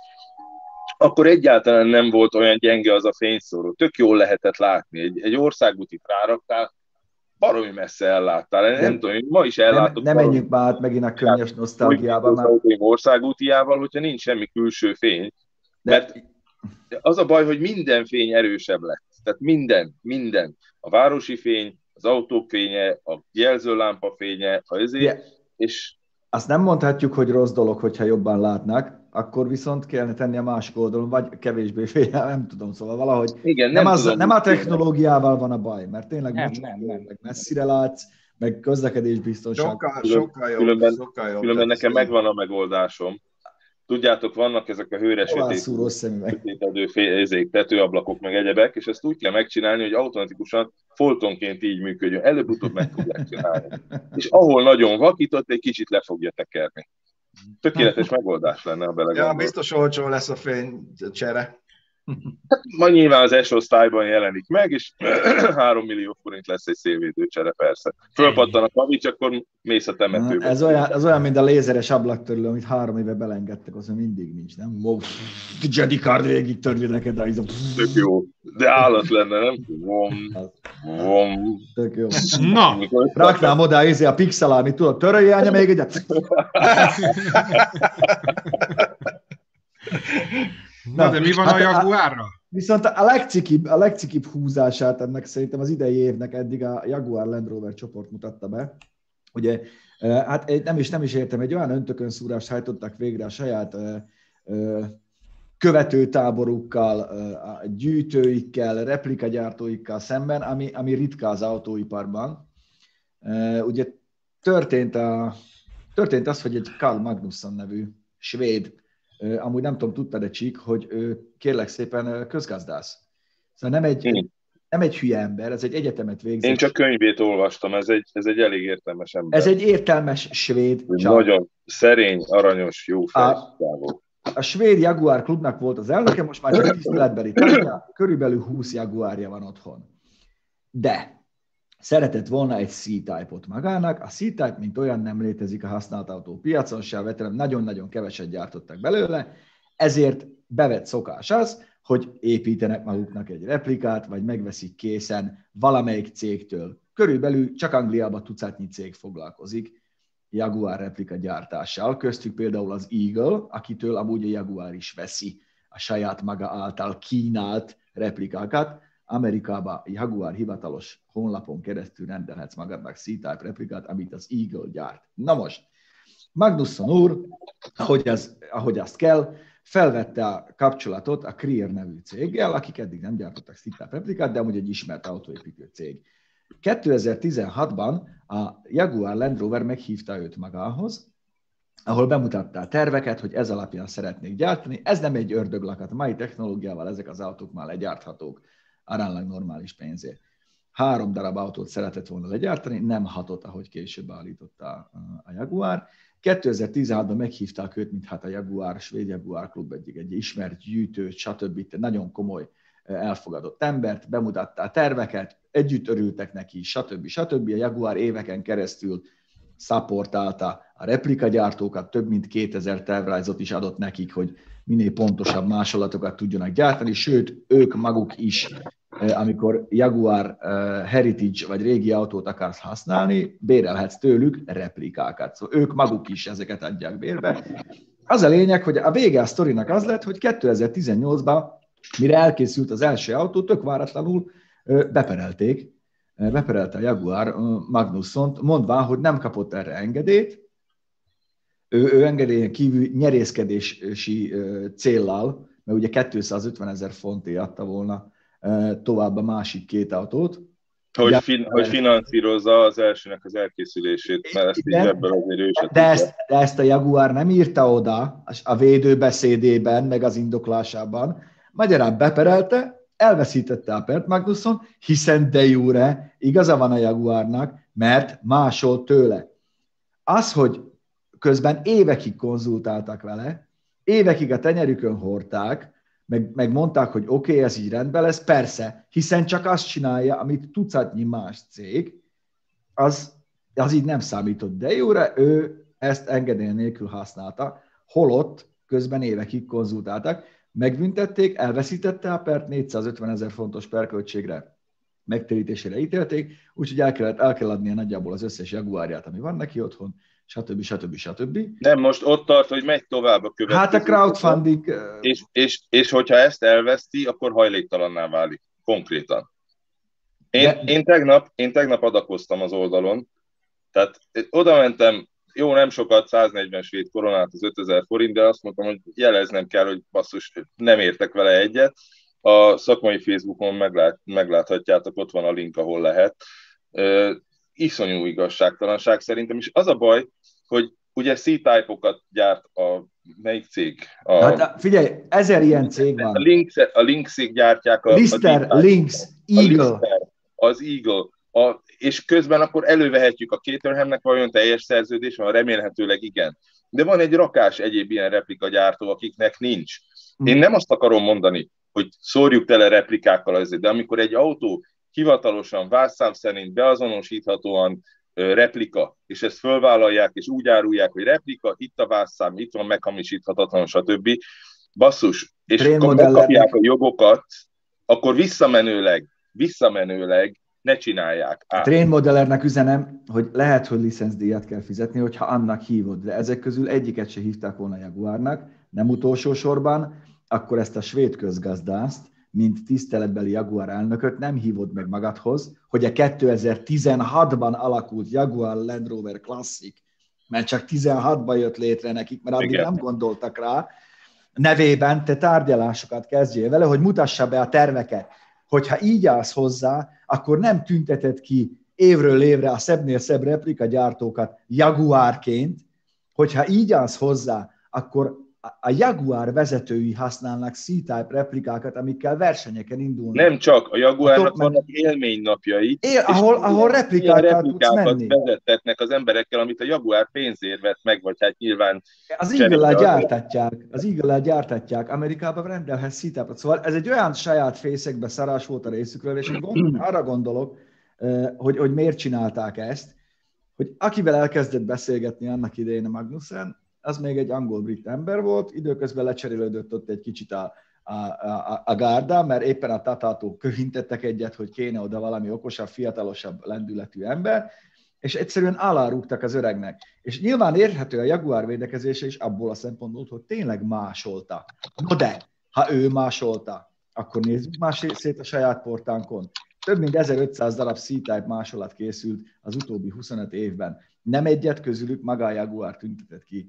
akkor egyáltalán nem volt olyan gyenge az a fényszóró. Tök jól lehetett látni. Egy, egy országútit ráraktál, baromi messze elláttál. Nem, Nem- nem tudom, én ma is Nem, ellátok. nem baromi- menjünk már át megint a könnyes nosztalgiába, az mert autóim országútiával, hogyha nincs semmi külső fény. de, Mert az a baj, hogy minden fény erősebb lett. Tehát minden, minden. A városi fény, az autók fénye, a jelzőlámpa fénye, a ezért, Yeah. és azt nem mondhatjuk, hogy rossz dolog, hogyha jobban látnak, akkor viszont kellene tenni a másik oldalon, vagy kevésbé fényel, nem tudom, szóval valahogy igen, nem, nem, az, tudom, nem a hogy tényleg. technológiával van a baj, mert tényleg Nem, mocsok, nem, nem. meg messzire látsz, meg közlekedésbiztonság. Sokkal, Külön- sokkal jobb. különben- sokkal jobb. Különben Tehát nekem ez- megvan a megoldásom. Tudjátok, vannak ezek a hőre Hová sötét szúrós szemüveg? sötétedő fézék, tetőablakok, meg egyebek, és ezt úgy kell megcsinálni, hogy automatikusan foltonként így működjön. Előbb-utóbb meg tudják csinálni. És ahol nagyon vakított, egy kicsit le fogja tekerni. Tökéletes megoldás lenne, ha Ja, belegondolsz. biztos olcsó lesz a fénycsere. Ma nyilván az S-osztályban jelenik meg, és három millió forint lesz egy szélvédőcsere, persze. Fölpattan a kavics, akkor mész a temetőbe. Ez olyan, ez olyan, mint a lézeres ablaktörlő, amit három éve belengedtek, az mindig nincs, nem? Jedi card végig törvi neked a izom. Tök jó. De állat lenne, nem? Vom, vom. Tök jó. Na, Raknám oda izé a pixelámi, tudod, törölje anya még egyet. na de mi van hát a Jaguárra? Viszont a legcikibb, a legcikibb húzását ennek szerintem az idei évnek eddig a Jaguar Land Rover csoport mutatta be. Ugye, hát én nem is, nem is értem, egy olyan öntökönszúrást hajtottak végre a saját ö, ö, követőtáborukkal, a gyűjtőikkel, replikagyártóikkal szemben, ami, ami ritka az autóiparban. Ugye történt, a, történt az, hogy egy Carl Magnusson nevű svéd, amúgy nem tudom, tudtad-e Csík, hogy ő kérlek szépen közgazdász. Szóval nem egy, Hmm. nem egy hülye ember, ez egy egyetemet végzett. Én csak könyvét olvastam, ez egy, ez egy elég értelmes ember. Ez egy értelmes svéd csávó. Nagyon szerény, aranyos, jó A- fejszávó. A svéd Jaguar klubnak volt az elnöke, most már csak tiszteletbeli tagja, körülbelül húsz Jaguárja van otthon. De szeretett volna egy C-Type-ot magának, a C-Type mint olyan nem létezik a használt autó piacon, se a veterán nagyon-nagyon keveset gyártottak belőle, ezért bevett szokás az, hogy építenek maguknak egy replikát, vagy megveszik készen valamelyik cégtől. Körülbelül csak Angliában tucatnyi cég foglalkozik Jaguar replika gyártással, köztük például az Eagle, akitől amúgy a Jaguar is veszi a saját maga által kínált replikákat. Amerikában Jaguar hivatalos honlapon keresztül rendelhetsz magadnak C-Type replikát, amit az Eagle gyárt. Na most, Magnusson úr, ahogy, az, ahogy azt kell, felvette a kapcsolatot a Creer nevű céggel, akik eddig nem gyártottak C-Type replikát, de amúgy egy ismert autóépítő cég. kétezer-tizenhatban a Jaguar Land Rover meghívta őt magához, ahol bemutatta a terveket, hogy ez alapján szeretnék gyártani. Ez nem egy ördöglakat. A mai technológiával ezek az autók már legyárthatók aránylag normális pénzért. Három darab autót szeretett volna legyártani, nem hatot, ahogy később állította a Jaguar. kétezer-tizenhatban meghívták őt, mint hát a Jaguar, Svéd Jaguar Klub egyik egy ismert gyűjtő, stb. Nagyon komoly elfogadott embert, bemutatta a terveket, együtt örültek neki, stb. stb. A Jaguar éveken keresztül szapportálta a replikagyártókat, több mint kétezer tervrajzot is adott nekik, hogy minél pontosabb másolatokat tudjanak gyártani, sőt, ők maguk is, amikor Jaguar Heritage vagy régi autót akarsz használni, bérelhetsz tőlük replikákat. Szóval ők maguk is ezeket adják bérbe. Az a lényeg, hogy a vége a sztorinak az lett, hogy kétezer-tizennyolcban, mire elkészült az első autó, tök váratlanul beperelték, beperelte a Jaguar Magnussont, mondván, hogy nem kapott erre engedélyt. Ő, ő engedélyen kívül nyerészkedési céllal, mert ugye kétszázötvenezer fontért adta volna tovább a másik két autót. Hogy, fin, hogy finanszírozza az elsőnek az elkészülését, mert ezt így ebből azért ő sem de ezt, de ezt a Jaguar nem írta oda a védőbeszédében, meg az indoklásában. Magyarán beperelte, elveszítette a pert Magnusson, hiszen de jure igaza van a Jaguarnak, mert másol tőle. Az, hogy közben évekig konzultáltak vele, évekig a tenyerükön hordták, meg, meg mondták, hogy oké, okay, ez így rendben lesz, persze, hiszen csak azt csinálja, amit tucatnyi más cég, az, az így nem számított. De jóra ő ezt engedély nélkül használta, holott közben évekig konzultáltak, megbüntették, elveszítette a pert, négyszázötvenezer fontos perköltségre megtérítésére ítélték, úgyhogy el kell, el kell adnia nagyjából az összes Jaguarját, ami van neki otthon, stb. stb. stb. Nem, most ott tart, hogy megy tovább a következő. Hát a crowdfunding... És, és, és hogyha ezt elveszti, akkor hajléktalanná válik, konkrétan. Én, De... én, tegnap, én tegnap adakoztam az oldalon, tehát oda mentem, jó, nem sokat, száznegyven svéd koronát az ötezer forint, de azt mondtam, hogy jeleznem kell, hogy basszus, nem értek vele egyet. A szakmai Facebookon meglát, megláthatjátok, ott van a link, ahol lehet. Uh, iszonyú igazságtalanság szerintem, és az a baj, hogy ugye C-type-okat gyárt a melyik cég? A, hát figyelj, ezer ilyen cég van. A Lynx, a Lynx-ig gyártják a... Lister, a Lynx, Eagle. A Lister, az Eagle. A, és közben akkor elővehetjük a Caterhamnek vajon teljes szerződés van, remélhetőleg igen. De van egy rakás egyéb ilyen replikagyártó, akiknek nincs. Én nem azt akarom mondani, hogy szórjuk tele replikákkal azért, de amikor egy autó hivatalosan, vásszám szerint beazonosíthatóan replika, és ezt fölvállalják, és úgy árulják, hogy replika, itt a vásszám, itt van meghamisíthatatlan, stb. Basszus, és akkor megkapják a jogokat, akkor visszamenőleg, visszamenőleg ne csinálják át. A Train Modellernek üzenem, hogy lehet, hogy licencdíjat kell fizetni, hogyha annak hívod, de ezek közül egyiket se hívták volna Jaguarnak, nem utolsó sorban, akkor ezt a svéd közgazdászt, mint tiszteletbeli Jaguar elnököt nem hívod meg magadhoz, hogy a kétezer-tizenhatban alakult Jaguar Land Rover Classic, mert csak tizenhatban jött létre nekik, mert addig igen. nem gondoltak rá, nevében te tárgyalásokat kezdjél vele, hogy mutassa be a terveket. Hogyha így állsz hozzá, akkor nem tünteted ki évről évre a szebbnél szebb replikagyártókat Jaguarként, hogyha így állsz hozzá, akkor a Jaguar vezetői használnak C-type replikákat, amikkel versenyeken indulnak. Nem csak, a Jaguarnak a vannak élménynapjai, Él, ahol, ahol replikákkal tudsz menni. vezettetnek az emberekkel, amit a Jaguar pénzért vett meg, vagy hát nyilván... Az Eagle-lel gyártatják, az Eagle-lel gyártatják, Amerikában rendelhez C-type-ot. Szóval ez egy olyan saját fészekbe szarás volt a részükről, és gond, arra gondolok, hogy, hogy miért csinálták ezt, hogy akivel elkezdett beszélgetni annak idején a Magnussen, az még egy angol-brit ember volt, időközben lecserélődött ott egy kicsit a, a, a, a gárda, mert éppen a Tatától köhintettek egyet, hogy kéne oda valami okosabb, fiatalosabb lendületű ember, és egyszerűen alárúgtak az öregnek. És nyilván érthető a Jaguar védekezése is abból a szempontból, hogy tényleg másolta. No de, ha ő másolta, akkor nézzük más szét a saját portánkon. Több mint ezerötszáz darab C-Type másolat készült az utóbbi huszonöt évben. Nem egyet közülük maga a Jaguar tüntetett ki.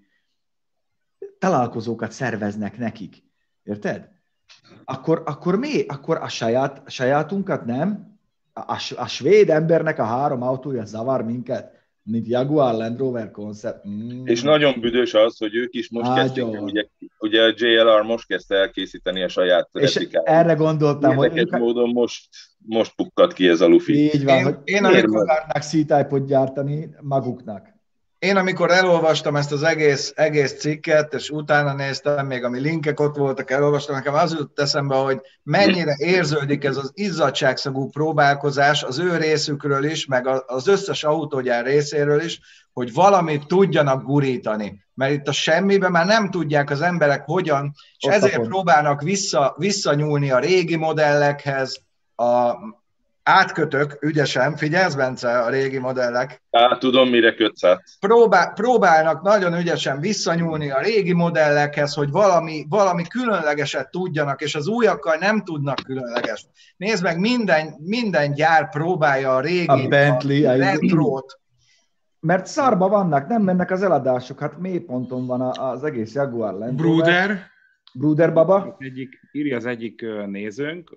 Találkozókat szerveznek nekik. Érted? Akkor, akkor mi? Akkor a saját, a sajátunkat nem? A, a svéd embernek a három autója zavar minket, mint Jaguar Land Rover Concept. Mm. És nagyon büdös az, hogy ők is most kezdték, ugye, ugye a jé el er most kezdte elkészíteni a saját replikát. Erre gondoltam, hogy... Érdekes módon most, most pukkadt ki ez a lufi. Így van, én, hogy én amikor akarnak C-Type-ot gyártani maguknak. Én amikor elolvastam ezt az egész, egész cikket, és utána néztem, még ami linkek ott voltak, elolvastam, nekem az jutott eszembe, hogy mennyire érződik ez az izzadságszagú próbálkozás az ő részükről is, meg az összes autógyár részéről is, hogy valamit tudjanak gurítani. Mert itt a semmiben már nem tudják az emberek hogyan, és ott ezért próbálnak vissza, visszanyúlni a régi modellekhez, a átkötök, ügyesen, figyelsz, Bence, a régi modellek? Á, tudom, mire kötsz át. Próbál, próbálnak nagyon ügyesen visszanyúlni a régi modellekhez, hogy valami, valami különlegeset tudjanak, és az újakkal nem tudnak különleges. Nézd meg, minden, minden gyár próbálja a régi, a Bentley, a retrót. Mert szarba vannak, nem mennek az eladások, hát mélyponton van az egész Jaguar Land Rover. Bruder. Bruder baba. Egyik, írja az egyik nézőnk,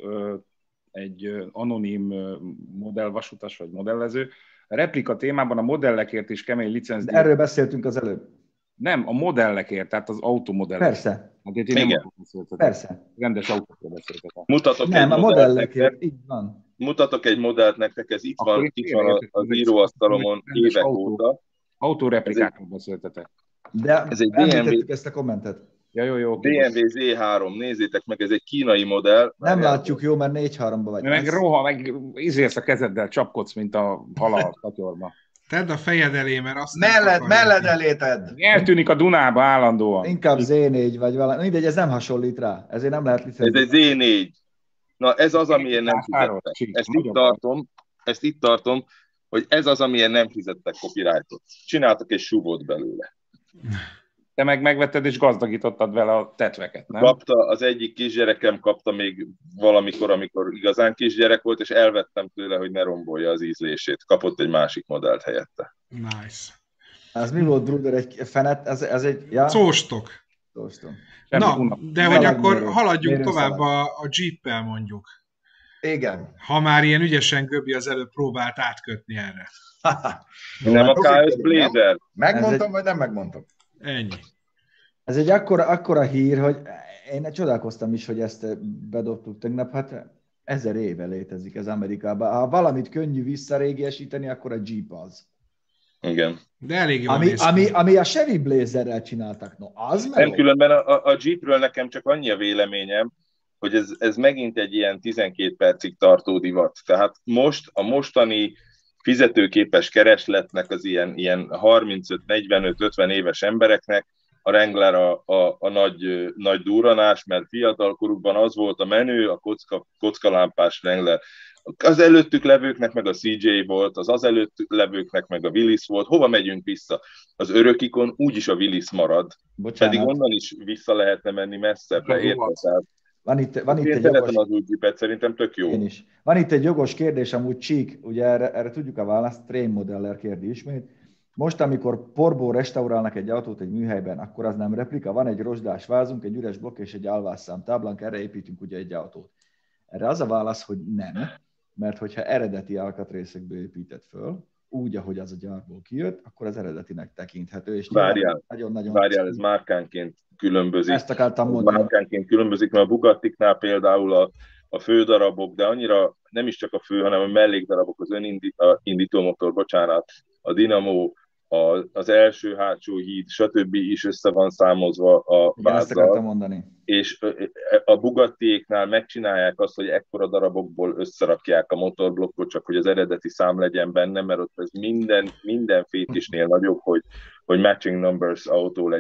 egy anonim modellvasutas vagy modellező. A replika témában a modellekért is kemény licenc. Erről beszéltünk az előbb. Nem, a modellekért, tehát az automodellekért. Persze. Hát én nem Persze. Rendes autókról beszéltetek. Mutatok nem, egy a modellekért, így van. Mutatok egy modellt nektek, ez itt van, itt van az íróasztalomon évek autó, óta. Autóreplikákról beszéltetek. De ez egy említettük ezt a kommentet. Ja, jó, jó, bé em vé zé három, nézzétek meg, ez egy kínai modell. Nem látjuk jó, mert négy háromba vagy. Meg roha, meg izélsz a kezeddel, csapkodsz, mint a hala a szatyorba. Tedd a fejed elé, mert azt Melled, melled elé tedd. Eltűnik a Dunába állandóan. Inkább zé négy vagy valami. Mindegy, ez nem hasonlít rá. Ezért nem lehet licenzni. Ez egy zé négy. Na ez az, amilyen nem fizettek. Ezt itt tartom, ezt itt tartom, hogy ez az, amilyen nem fizettek copyrightot. Csináltak egy suvot belőle. Te meg megvetted és gazdagítottad vele a tetveket, nem? Kapta, az egyik kisgyerekem kapta még valamikor, amikor igazán kisgyerek volt, és elvettem tőle, hogy ne rombolja az ízlését. Kapott egy másik modellt helyette. Nice. Ez mi volt, Bruder, egy fenet? Ez, ez egy... Ja? Szóstok. Szóstom. Na, de hogy akkor haladjunk tovább a, a Jeep-el mondjuk. Igen. Ha már ilyen ügyesen Göbi az előbb próbált átkötni erre. Nem a ká öt Blazer. Megmondtam, egy... vagy nem megmondtam? Ennyi. Ez egy akkora, akkora hír, hogy én csodálkoztam is, hogy ezt bedobtuk tegnap, hát ezer éve létezik ez Amerikában. Ha valamit könnyű visszarégiesíteni, akkor a Jeep az. Igen. De elég jól ami, ami, ami a Chevy Blazerrel csináltak, no az meg. Nem, különben a, a, a Jeepről nekem csak annyi a véleményem, hogy ez, ez megint egy ilyen tizenkét percig tartó divat. Tehát most a mostani fizetőképes keresletnek az ilyen, ilyen harmincöt, negyvenöt, ötven éves embereknek a Wrangler a, a, a nagy, nagy durranás, mert fiatalkorukban az volt a menő, a kocka, kockalámpás Wrangler. Az előttük levőknek meg a cé jé volt, az az előttük levőknek meg a Willys volt. Hova megyünk vissza? Az örökikon úgyis a Willys marad. Bocsánat. Pedig onnan is vissza lehetne menni messzebbre. Érted? Van itt, van itt Én egy szeretem jogos... az új Jeepet, szerintem tök jó. Én is. Van itt egy jogos kérdés, amúgy Csík, ugye erre, erre tudjuk a választ, Train Modeller kérdi ismét. Most, amikor porból restaurálnak egy autót egy műhelyben, akkor az nem replika, van egy rozsdás vázunk, egy üres blokk és egy alvásszám táblánk, erre építünk ugye egy autót. Erre az a válasz, hogy nem, mert hogyha eredeti alkatrészekből épített föl, úgy, ahogy az a gyárból kijött, akkor az eredetinek tekinthető. És várjál, nagyon-nagyon várjál, ez márkánként különbözik. Ezt akartam mondani. Márkánként különbözik, mert a Bugattiknál például a, a fődarabok, de annyira nem is csak a fő, hanem a mellékdarabok, az önindító motor, bocsánat, a dinamó, a, az első hátsó híd, stb. Is össze van számozva a vázzal. Ezt akartam mondani. És a Bugattiéknál megcsinálják azt, hogy ekkora darabokból összerakják a motorblokkot, csak hogy az eredeti szám legyen benne, mert ott ez minden, minden fétisnél nagyobb, hogy, hogy matching numbers autó legyen.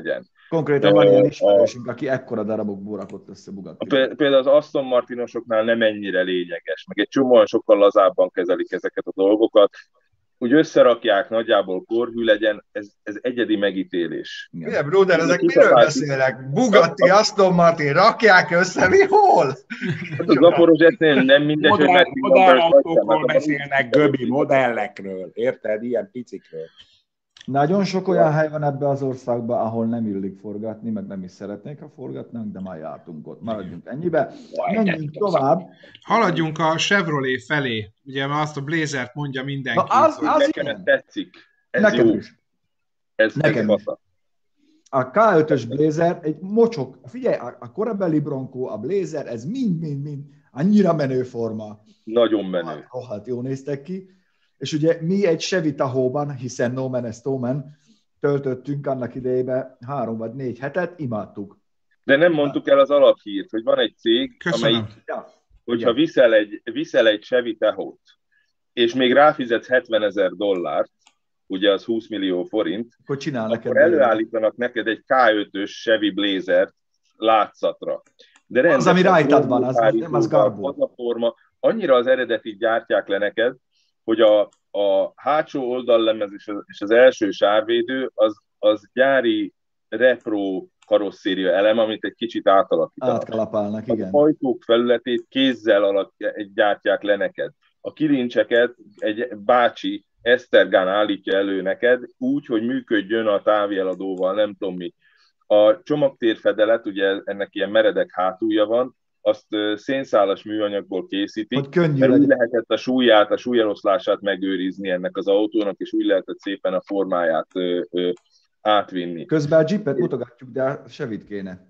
Konkrétan van ilyen ismerősünk, aki ekkora darabokból rakott össze Bugatti. Például az Aston Martinosoknál nem ennyire lényeges, meg egy csomóan sokkal lazábban kezelik ezeket a dolgokat. Úgy összerakják, nagyjából korhű legyen, ez, ez egyedi megítélés. Ugye, Bruder, ezek miről beszélek? Bugatti, Aston Martin, rakják össze, mi hol? Hát az Zaporozsetnél nem mindegy, Modell, hogy modellautókról beszélnek, Göbi, modellekről, érted? Ilyen picikről. Nagyon sok olyan hely van ebbe az országban, ahol nem illik forgatni, meg nem is szeretnék, ha forgatnánk, de már jártunk ott. Maradjunk ennyibe. Menjünk tovább. Haladjunk a Chevrolet felé. Ugye már azt a Blazert mondja mindenki. Na, az, az nekem igen. tetszik. Ez Nekem jó. is. Ez, Nekem ez is. A ká ötös Blazer egy mocsok. Figyelj, a, a korabeli Bronco, a Blazer, ez mind-mind-mind annyira menő forma. Nagyon menő. Rohadt jó néztek ki. És ugye mi egy Chevy Tahoe-ban, hiszen No Man is No Man, töltöttünk annak idejében három vagy négy hetet, imádtuk. De nem mondtuk el az alaphírt, hogy van egy cég, Köszönöm. amelyik, Ja. hogyha viszel egy, viszel egy Chevy Tahoe-t, és még ráfizetsz hetvenezer dollárt, ugye az húsz millió forint, Akkor csinál neked. akkor előállítanak neked egy ká ötös Chevy Blazert látszatra. De az, ami rajtad van, az, nem az garbó. Az a forma, annyira az eredetit gyártják le neked, hogy a, a hátsó oldallemez és az, és az első sávvédő az, az gyári repro karosszéria elem, amit egy kicsit átalakítanak. Átkalapálnak, igen. A ajtók felületét kézzel alak, gyártják le neked. A kilincseket egy bácsi Esztergán állítja elő neked, úgy, hogy működjön a távjeladóval, nem tudom mi. A csomagtérfedelet, ugye ennek ilyen meredek hátulja van, azt szénszálas műanyagból készítik, hogy könnyű mert úgy legyen. lehetett a súlyát, a súlyeloszlását megőrizni ennek az autónak, és úgy lehetett szépen a formáját ö, ö, átvinni. Közben a Jeepet mutogatjuk, de a Chevy-t kéne.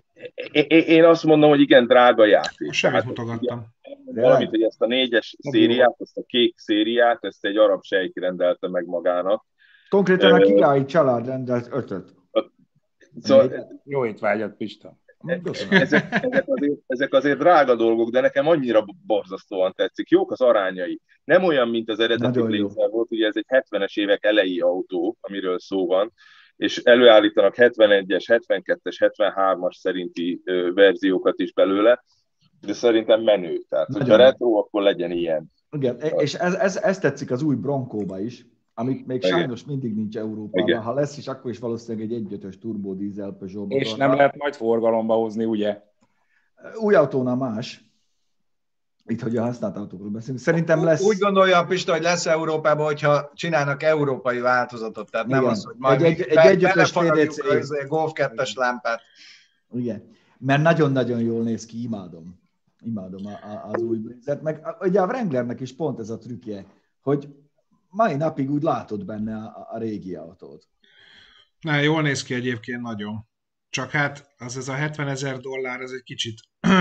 Én azt mondom, hogy igen, drága játék. A Chevy-t mutogattam. Valamit, hogy ezt a négyes szériát, ezt a kék szériát, ezt egy arab sejk rendelte meg magának. Konkrétan a Kiai család rendelt ötöt. Szóval, jó étvágyat, Pista. Ezek, ezek, azért, ezek azért drága dolgok, de nekem annyira borzasztóan tetszik. Jók az arányai. Nem olyan, mint az eredeti Blazer volt, ugye ez egy hetvenes évek elejé autó, amiről szó van, és előállítanak hetvenegyes, hetvenkettes, hetvenhármas szerinti ö, verziókat is belőle, de szerintem menő. Tehát, nagyon. Hogyha retro, akkor legyen ilyen. Igen, és ez, ez, ez tetszik az új Broncóba is, amit még igen. Sajnos mindig nincs Európában. Igen. Ha lesz is, akkor is valószínűleg egy egy ötös turbodízel Peugeot. És motorra. Nem lehet majd forgalomba hozni, ugye? Új autónál más. Itt, hogy a használt autókról beszélünk. Szerintem lesz... Úgy gondolja a Pista, hogy lesz Európában, hogyha csinálnak európai változatot. Tehát igen. Nem az, hogy majd egy, egy, egy belefaragjuk a Golf kettes lámpát. Igen. Mert nagyon-nagyon jól néz ki, imádom. Imádom a, a, az új Blazert. Meg ugye a Wranglernek is pont ez a trükkje, hogy mai napig úgy látod benne a, a régi autót. Na, jól néz ki egyébként nagyon. Csak hát az ez a hetvenezer dollár, ez egy kicsit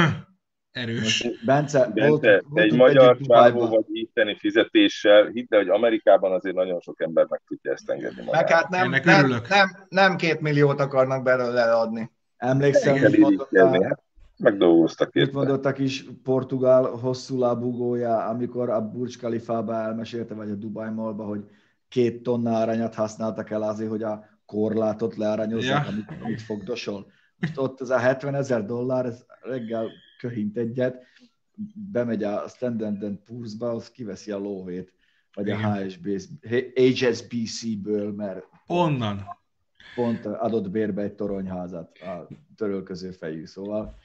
erős. Bence, Bence volt, egy magyar csávó vagy itteni fizetéssel, hidd el, hogy Amerikában azért nagyon sok ember meg tudja ezt engedni magára. Meg hát nem, nem, nem, nem két milliót akarnak belőle adni. Emlékszem, hogy mondottál, megdolgoztak mit mondott a kis portugál hosszú lábugója, amikor a Burj Khalifába elmesélte, vagy a Dubai Mallba, hogy két tonna aranyat használtak el azért, hogy a korlátot learanyozzák, ja. amit, amit fogdosol. Most ott ez a hetvenezer dollár, ez reggel köhint egyet, bemegy a Standard and Poor's-ba, az kiveszi a lóvét, vagy igen. a há es bé cé-ből, mert onnan pont adott bérbe egy toronyházat a törölköző fejű, szóval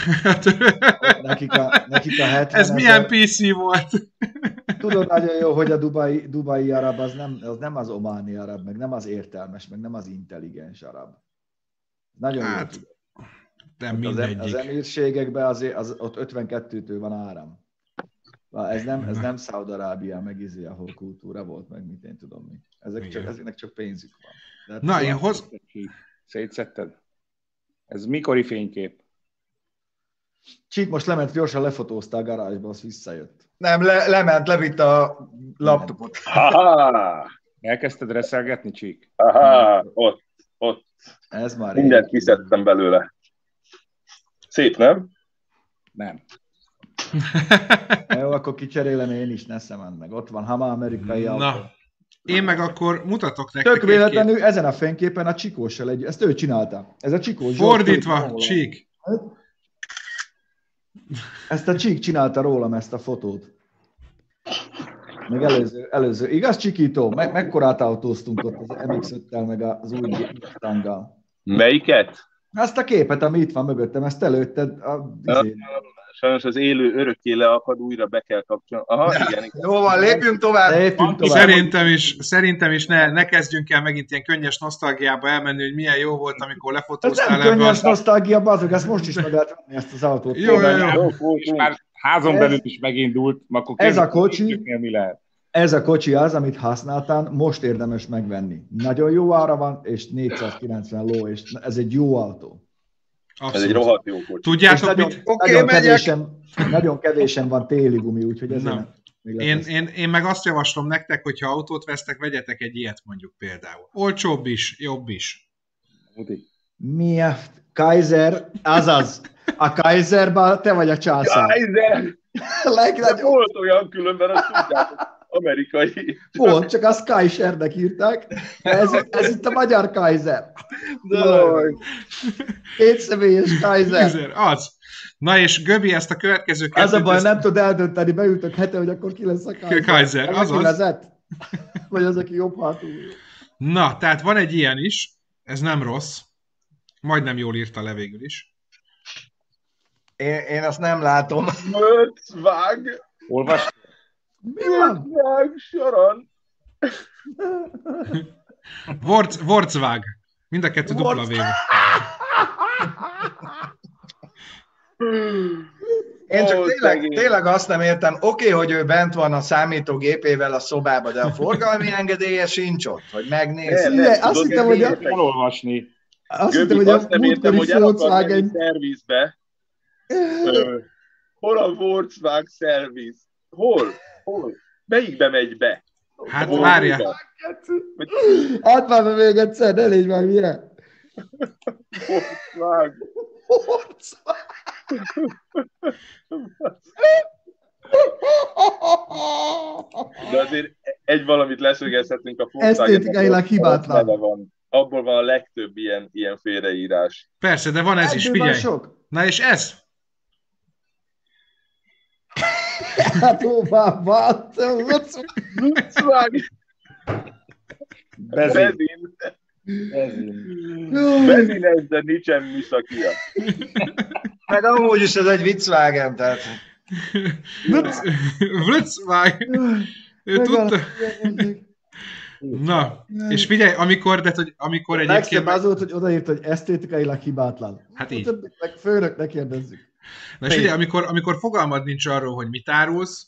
nekik a, nekik a hetven ez milyen pé cé volt? Tudod nagyon jó, hogy a dubai, dubai arab az nem, az nem az ománi arab, meg nem az értelmes, meg nem az intelligens arab. Nagyon hát, jó. Nem mindegyik. Az, az emírségekben azért, az, ott ötvenkettőtől van áram. Ez nem, ez nem Szaúd-Arábia, meg izé, ahol kultúra volt, meg mit én tudom mi. Ezek csak, ezeknek csak pénzük van. De na, én hoz... Szétszetted? Ez mikori fénykép? Csík most lement, gyorsan lefotózta a garázsba, az visszajött. Nem, le, lement, levitte a laptopot. Aha! Elkezdted reszelgetni, Csík? Aha, ott, ott. Ez már mindent kiszedtem belőle. Szép, nem? Nem. Jó, akkor kicserélem én is, ne szemend meg. Ott van Hama amerikai autó. Én meg akkor mutatok nektek Tök véletlenül ezen a fényképen a Csikóssal együtt. Ezt ő csinálta. Ez a Csikós. Fordítva, Csík. Ezt a Csík csinálta rólam, ezt a fotót. Meg előző, előző. Igaz, Csikító? Me- mekkorát autóztunk ott az em iksz öttel, meg az új Mustanggal. Melyiket? Azt a képet, ami itt van mögöttem, ezt előtted a... Izé. Sajnos az élő örökké leakad, újra be kell kapcsolni. Aha, igen. igen. Jó van, lépjünk tovább. Lépjünk tovább. Szerintem is, szerintem is ne, ne kezdjünk el megint ilyen könnyes nosztalgiába elmenni, hogy milyen jó volt, amikor Ez lefotóztál nem ebből. könnyes nosztalgia, bazog, ezt most is meg lehet venni ezt az autót. Jó, jó, jó. Jó, És már házon Ez- belül is megindult, akkor Ez a képzeljük, kocsi- hogy mi lehet. Ez a kocsi az, amit használtál, most érdemes megvenni. Nagyon jó ára van, és négyszázkilencven ló, és ez egy jó autó. Ez egy Abszolút. rohadt jó kocsi. És Tudjátok nagyon, mit? Oké, nagyon, megyek. kevésen, nagyon kevésen van téli gumi, úgyhogy ezért Na. nem- még Én, lesz. én, én meg azt javaslom nektek, hogyha autót vesztek, vegyetek egy ilyet mondjuk például. Olcsóbb is, jobb is. Muti. Mi a Kaiser? Azaz. A Kaiserben te vagy a császár. Kaiser! A De legnagyobb volt olyan különben, azt tudjátok, amerikai. volt, csak azt Kaisernek írták. Ez, ez itt a magyar Kaiser. Jaj. Két személyes Kaiser. Kaiser, az. Na és Göbi, ezt a következő Az a kettőt, baj, ezt- nem tud eldönteni, beültök hete, hogy akkor ki lesz a Kaiser. Kaiser, Az, azaz. aki vezet? Vagy az, aki jobb hátul. Na, tehát van egy ilyen is, ez nem rossz. Majdnem jól írta le végül is. Én, én azt nem látom. Volkswagen, Olvas? Mi van? Volkswagen soron. Worz, Wurzwag. Mind a kettő dupla V. Én csak Ó, tényleg, szegény. tényleg azt nem értem, oké, okay, hogy ő bent van a számítógépével a szobában, de a forgalmi engedélye sincs ott, hogy megnézze. Nem, Ugye, nem, azt tudod, hittem, mit hogy a- értek? Elolvasni. Azt hittem, Göbi, hogy a azt nem értem, múltkori hogy el akar menni Volkswagen... szervizbe. Ö, Hol a Volkswagen szerviz? Hol? Hol? Melyikbe megy be? Hát Hol? várjál. Add már be még egyszer, ne légy már milyen. Volkswagen. De azért egy valamit leszögezhetünk a Volkswagen. Esztétikailag hibátlan. Van. Abból van a legtöbb ilyen, ilyen félreírás. Persze, de van ez is, Ebből van figyelj. sok. Na és ez? Hát hová van? Volkswagen. Bezin. Benzin. Bezin. Benzines, de nincsen műszakia. Meg amúgy is ez egy Volkswagen, tehát Wurzwag. Ő tudta. Na, és figyelj, amikor, de, hogy amikor egyébként... Legszebb az volt, hogy odaírt, hogy esztétikailag hibátlan. Hát így. A többit meg főnöknek kérdezzük. Na és figyelj, amikor, amikor fogalmad nincs arról, hogy mit árulsz,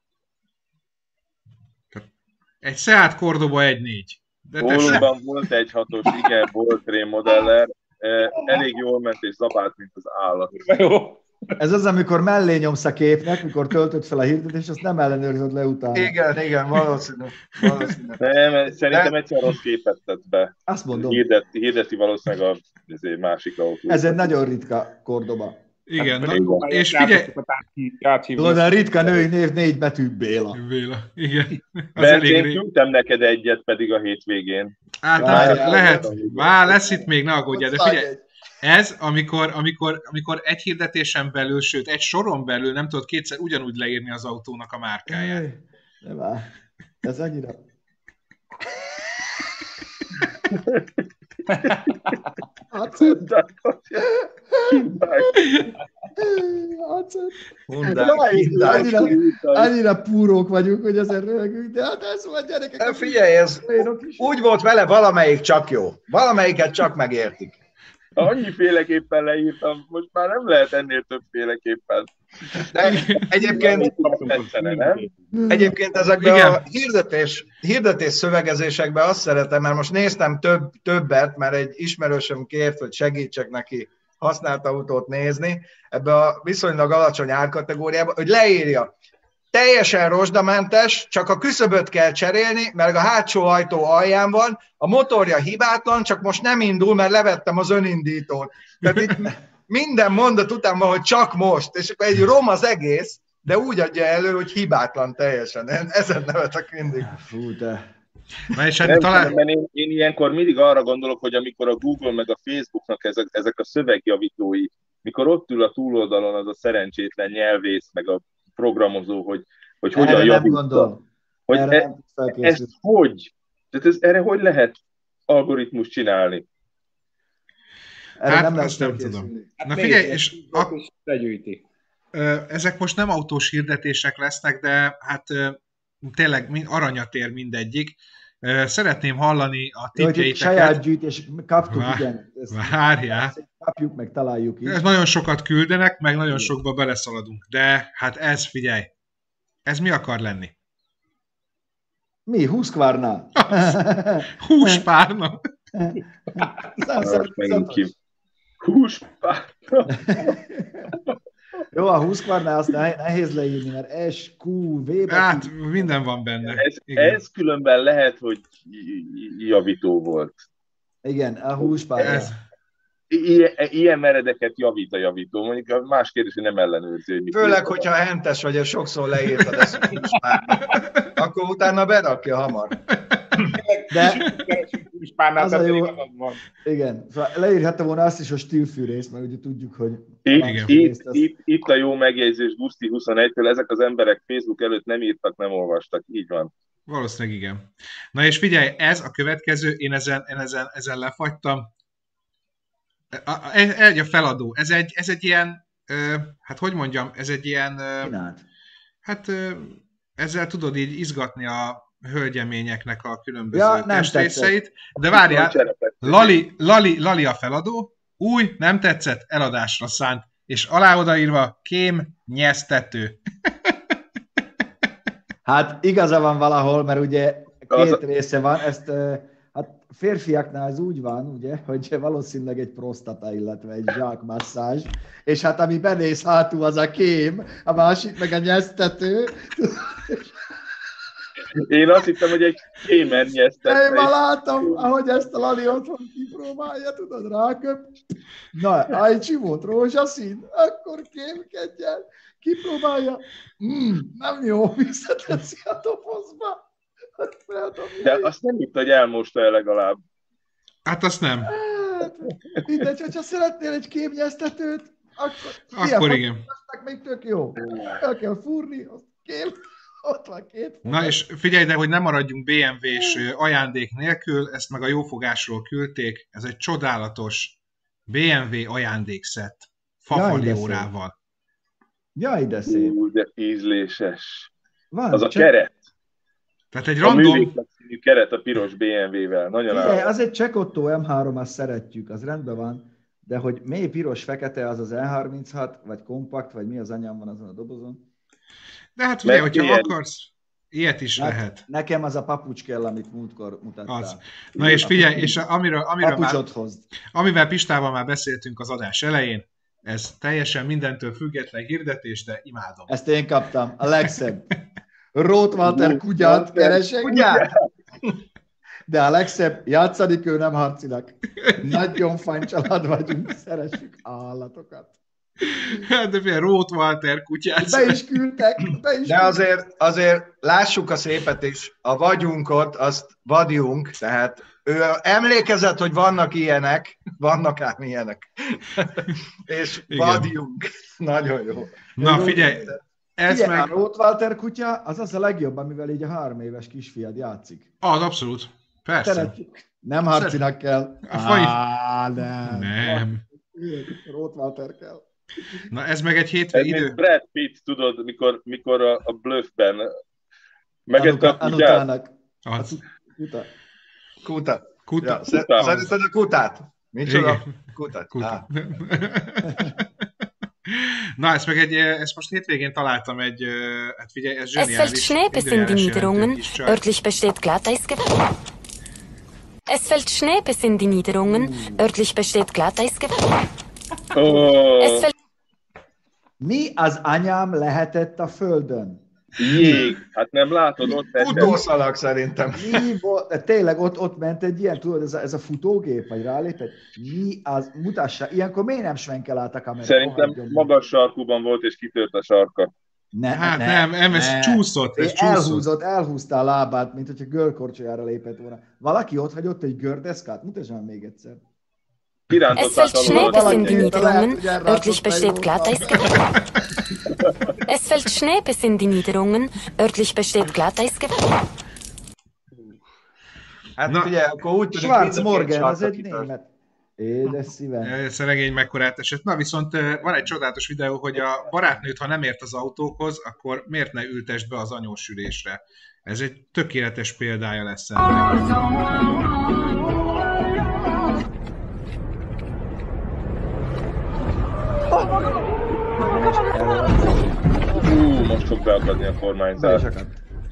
tehát egy Seat Cordoba egy négy. De tessék, Pólóban volt egy hatos, igen, volt Rém modeller, eh, elég jól ment és zabált, mint az állat. Jó. Ez az, amikor mellé nyomsz a képnek, mikor töltöd fel a hirdetést, azt nem ellenőrzöd le utána. igen, igen, valószínű. valószínű. Nem, szerintem egyszer rossz képet tett be. Azt mondom, Hirdeti, hirdeti valószínűleg a ezért másik autó. ez egy nagyon ritka Cordoba. igen, Hát, na, és figyelj, Tudod, a ritka női név négy betű Béla. Béla, igen. Az De elég én rég. küldtem neked egyet pedig a hétvégén. Hát Várjál, nem, lehet. várjál. Vár, lesz itt még, ne aggódjál, de figyelj, ez, amikor, amikor, amikor egy hirdetésen belül, sőt, egy soron belül nem tudod kétszer ugyanúgy leírni az autónak a márkáját. Jaj, nem áll. Ez annyira... Acet, acet. Hyundai, Hyundai. Annyira, annyira púrók vagyunk, hogy ezen röhögünk, de hát ez van, gyerekek. De figyelj, ez Olyanok is. úgy volt vele, valamelyik csak jó. Valamelyiket csak megértik. Annyiféleképpen leírtam, most már nem lehet ennél többféleképpen. De egyébként, Tetszene, nem? egyébként ezekben Igen. a hirdetés, hirdetés szövegezésekben azt szeretem, mert most néztem több, többet, mert egy ismerősöm kért, hogy segítsek neki használt autót nézni, ebbe a viszonylag alacsony árkategóriába, hogy leírja, teljesen rozsdamentes, csak a küszöböt kell cserélni, mert a hátsó ajtó alján van, a motorja hibátlan, csak most nem indul, mert levettem az önindítót. Tehát itt minden mondat után van, hogy csak most, és akkor egy rom az egész, de úgy adja elő, hogy hibátlan teljesen. Én ezen nevetek mindig. Fú, te. Na és Nem, hát talán... talán... én, én ilyenkor mindig arra gondolok, hogy amikor a Google meg a Facebooknak ezek, ezek a szövegjavítói, mikor ott ül a túloldalon az a szerencsétlen nyelvész, meg a programozó, hogy, hogy hogyan Erre nem javítsa. gondol. Hogy Erre e, nem tudsz felkészülni. ezt hogy? Tehát ez, erre hogy lehet algoritmus csinálni? Erre Hát nem lehet azt nem felkészülni. tudom. Hát Na figyelj, nézd, és a... a... legyűjti. ezek most nem autós hirdetések lesznek, de hát tényleg aranyat ér mindegyik. Szeretném hallani a tippjeiteket. Saját gyűjtés, kaptuk, Vár, igen. Várjál. Kapjuk, meg találjuk is. Ez nagyon sokat küldenek, meg nagyon sokba beleszaladunk. De hát ez, figyelj, ez mi akar lenni? Mi? Húszkvárna? Húspárna. Húspárna. Jó, a húszkvárnál azt nehéz leírni, mert S, Q, V. Hát minden van benne. Ez, ez különben lehet, hogy javító volt. Igen, a húspárna. Ez... Ilyen, ilyen meredeket javít a javító. Mondjuk a más kérdés, hogy nem ellenőrzi. Hogy főleg, hogyha hentes vagy, és sokszor leírtad ezt a húspárnát, akkor utána berakja hamar. De az a jó, igen, szóval leírhatta volna azt is a stílfűrészt, mert ugye tudjuk, hogy... Itt, itt, ezt... itt, itt a jó megjegyzés Guszti huszonegytől, ezek az emberek Facebook előtt nem írtak, nem olvastak, így van. Valószínűleg igen. Na és figyelj, ez a következő, én ezen, én ezen, ezen lefagytam. Egy a feladó. Ez egy, ez egy ilyen, hát hogy mondjam, ez egy ilyen... Kínált. Hát ezzel tudod így izgatni a hölgyeményeknek a különböző ja, testrészeit. De várjál, Lali, Lali, Lali a feladó, új, nem tetszett, eladásra szánt, és alá odaírva kém nyeztető. Hát igaza van valahol, mert ugye két az... része van, ezt hát férfiaknál ez úgy van, ugye, hogy valószínűleg egy prostata, illetve egy zsákmasszázs, és hát ami benéz hátul, az a kém, a másik meg a nyeztető. Én azt hittem, hogy egy kémen nyeztető. Én már látom, ahogy ezt a Lali otthon kipróbálja, tudod, ráköp. Na, egy csimót rózsaszín, akkor kémkedjen, kipróbálja. Mm, nem jó, visszateszi a dobozba. De azt nem itt, hogy elmosta el legalább. Hát azt nem. Hát, mindegy, hogyha szeretnél egy kémnyeztetőt, akkor, akkor igen. Még tök jó. El kell fúrni, azt kém, ott van két. Na és figyelj, de hogy nem maradjunk bé em vé-s ajándék nélkül, ezt meg a jófogásról küldték, ez egy csodálatos bé em vé ajándékszett fafaliórával. Jaj, de szép. Ú, de ízléses. Van, az a csak... keret. Tehát egy random... A művékszínű keret a piros bé em vé-vel. Nagyon Igen, az egy Csekottó em három, azt szeretjük, az rendben van, de hogy mély piros fekete, az az E harminchat, vagy kompakt, vagy mi az anyám van azon a dobozon. De hát ugye, hogyha ilyen. akarsz, ilyet is hát, lehet. Nekem az a papucs kell, amit múltkor mutattál. Az. Na és figyelj, és amiről, amiről már, hozd. amivel Pistával már beszéltünk az adás elején, ez teljesen mindentől független hirdetés, de imádom. Ezt én kaptam, a legszebb. Rottweiler kutyát keresek. Kutyát? De a legszebb, játszani ő nem harcinak. Nagyon fajn család vagyunk, szeressük állatokat. Hát de fél Rottweiler kutyát. Be is küldtek. Be is de azért, azért lássuk a szépet is. A vagyunkot, azt vadjunk, tehát ő emlékezett, hogy vannak ilyenek, vannak ám ilyenek. És igen. Vadjunk. Nagyon jó. Na jó, figyelj, ez igen, meg... a Rottweiler kutya az az a legjobb, amivel így a három éves kisfiad játszik. Az abszolút. Persze. Szeretjük. Nem harcinak kell. A faj... Á, nem. Nem. Rottweiler kell. Na ez meg egy hétvégi idő. Mint Brad Pitt, tudod, mikor, mikor a, a Bluffben megette a kutyát. Anutának. Az. Kuta. Kuta. Kuta. Ja, szerinted a kutát? Micsoda? Kutát. Kuta. Ah. Na, ezt meg egy, ezt most hétvégén találtam egy, hát figyelj, ez zseniális. Es fällt Schnee bis in die Niederungen, örtlich besteht Glatteisgefahr. Es fällt Schnee bis in die Niederungen, örtlich besteht Glatteisgefahr. Oh. Es fällt... Mi az anyám lehetett a földön? Jég, hát nem látod ott? Futószalag szerintem. Mi volt, tényleg ott, ott ment egy ilyen, tudod, ez a, ez a futógép, vagy rálépett? Mi az, mutassa, ilyenkor miért nem svenkel át a kamera? Szerintem magas sarkúban volt, és kitört a sarka. Ne, hát ne, nem, nem, ez ne. csúszott, ez csúszott. Elhúzott, elhúzta a lábát, mint hogyha görkorcsolyára lépett volna. Valaki ott hagyott egy gördeszkát? Mutasd már még egyszer. Es fällt Schnee bis in die Niederungen. Örtlich besteht Glatteisgewitter. Es fällt Schnee bis in die Niederungen. Örtlich besteht Glatteisgewitter. Hát Na, ugye, akkor úgy tűnik, Schwarz mind a két Morgan, az egy sarkakitört. német. Édes szívem. Ez a regény mekkorát esett. Na viszont van egy csodálatos videó, hogy a barátnőt, ha nem ért az autókhoz, akkor miért ne ültest be az anyósülésre. Ez egy tökéletes példája lesz ennek. Hú, most fog beakadni a kormányzás.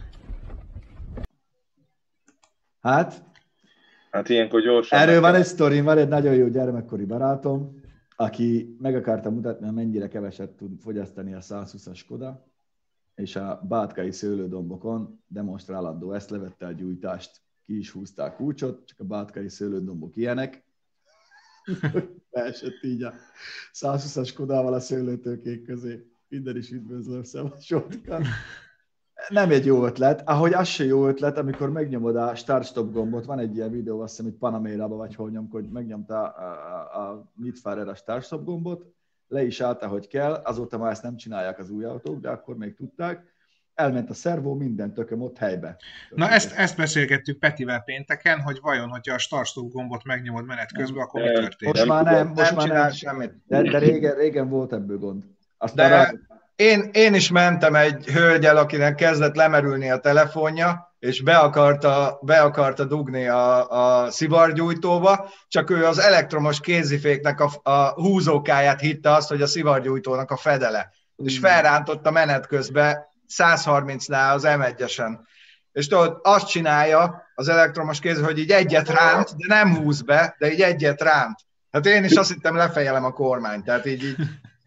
Hát, Hát ilyenkor gyorsan. erről van egy sztorim, van egy nagyon jó gyermekkori barátom, aki meg akarta mutatni, hogy mennyire keveset tud fogyasztani a száz húszas Skoda, és a bátkai szőlődombokon demonstrálandó eszlevettel gyújtást, ki is húzta a kulcsot, csak a bátkai szőlődombok ilyenek. Beesett így a száz húszas Skodával a szőlőtőkék közé. Minden is üdvözlöm, szevasodkan. Nem egy jó ötlet, ahogy az se jó ötlet, amikor megnyomod a start-stop gombot, van egy ilyen videó, azt hiszem, itt Panamérában vagy hol nyomkod, hogy megnyomta a, a, a Mitfarer a start-stop gombot, le is állt, ahogy kell, azóta már ezt nem csinálják az új autók, de akkor még tudták, elment a szervó, minden tököm ott helybe. Na ezt, ezt beszélgettük Petivel pénteken, hogy vajon, hogyha a start-stop gombot megnyomod menet közben, akkor mi történik? Most már nem, most Nem már csinál nem, semmit. de, de régen, régen volt ebből gond. Aztán De rá... én, én is mentem egy hölgyel, akinek kezdett lemerülni a telefonja, és be akarta, be akarta dugni a, a szivargyújtóba, csak ő az elektromos kéziféknek a, a húzókáját hitte azt, hogy a szivargyújtónak a fedele. Mm. És felrántotta menet közben száz harmincnál az em egyesen. És tudod, azt csinálja az elektromos kéz, hogy így egyet ránt, de nem húz be, de így egyet ránt. Hát én is azt hittem, lefejelem a kormányt, tehát így... így...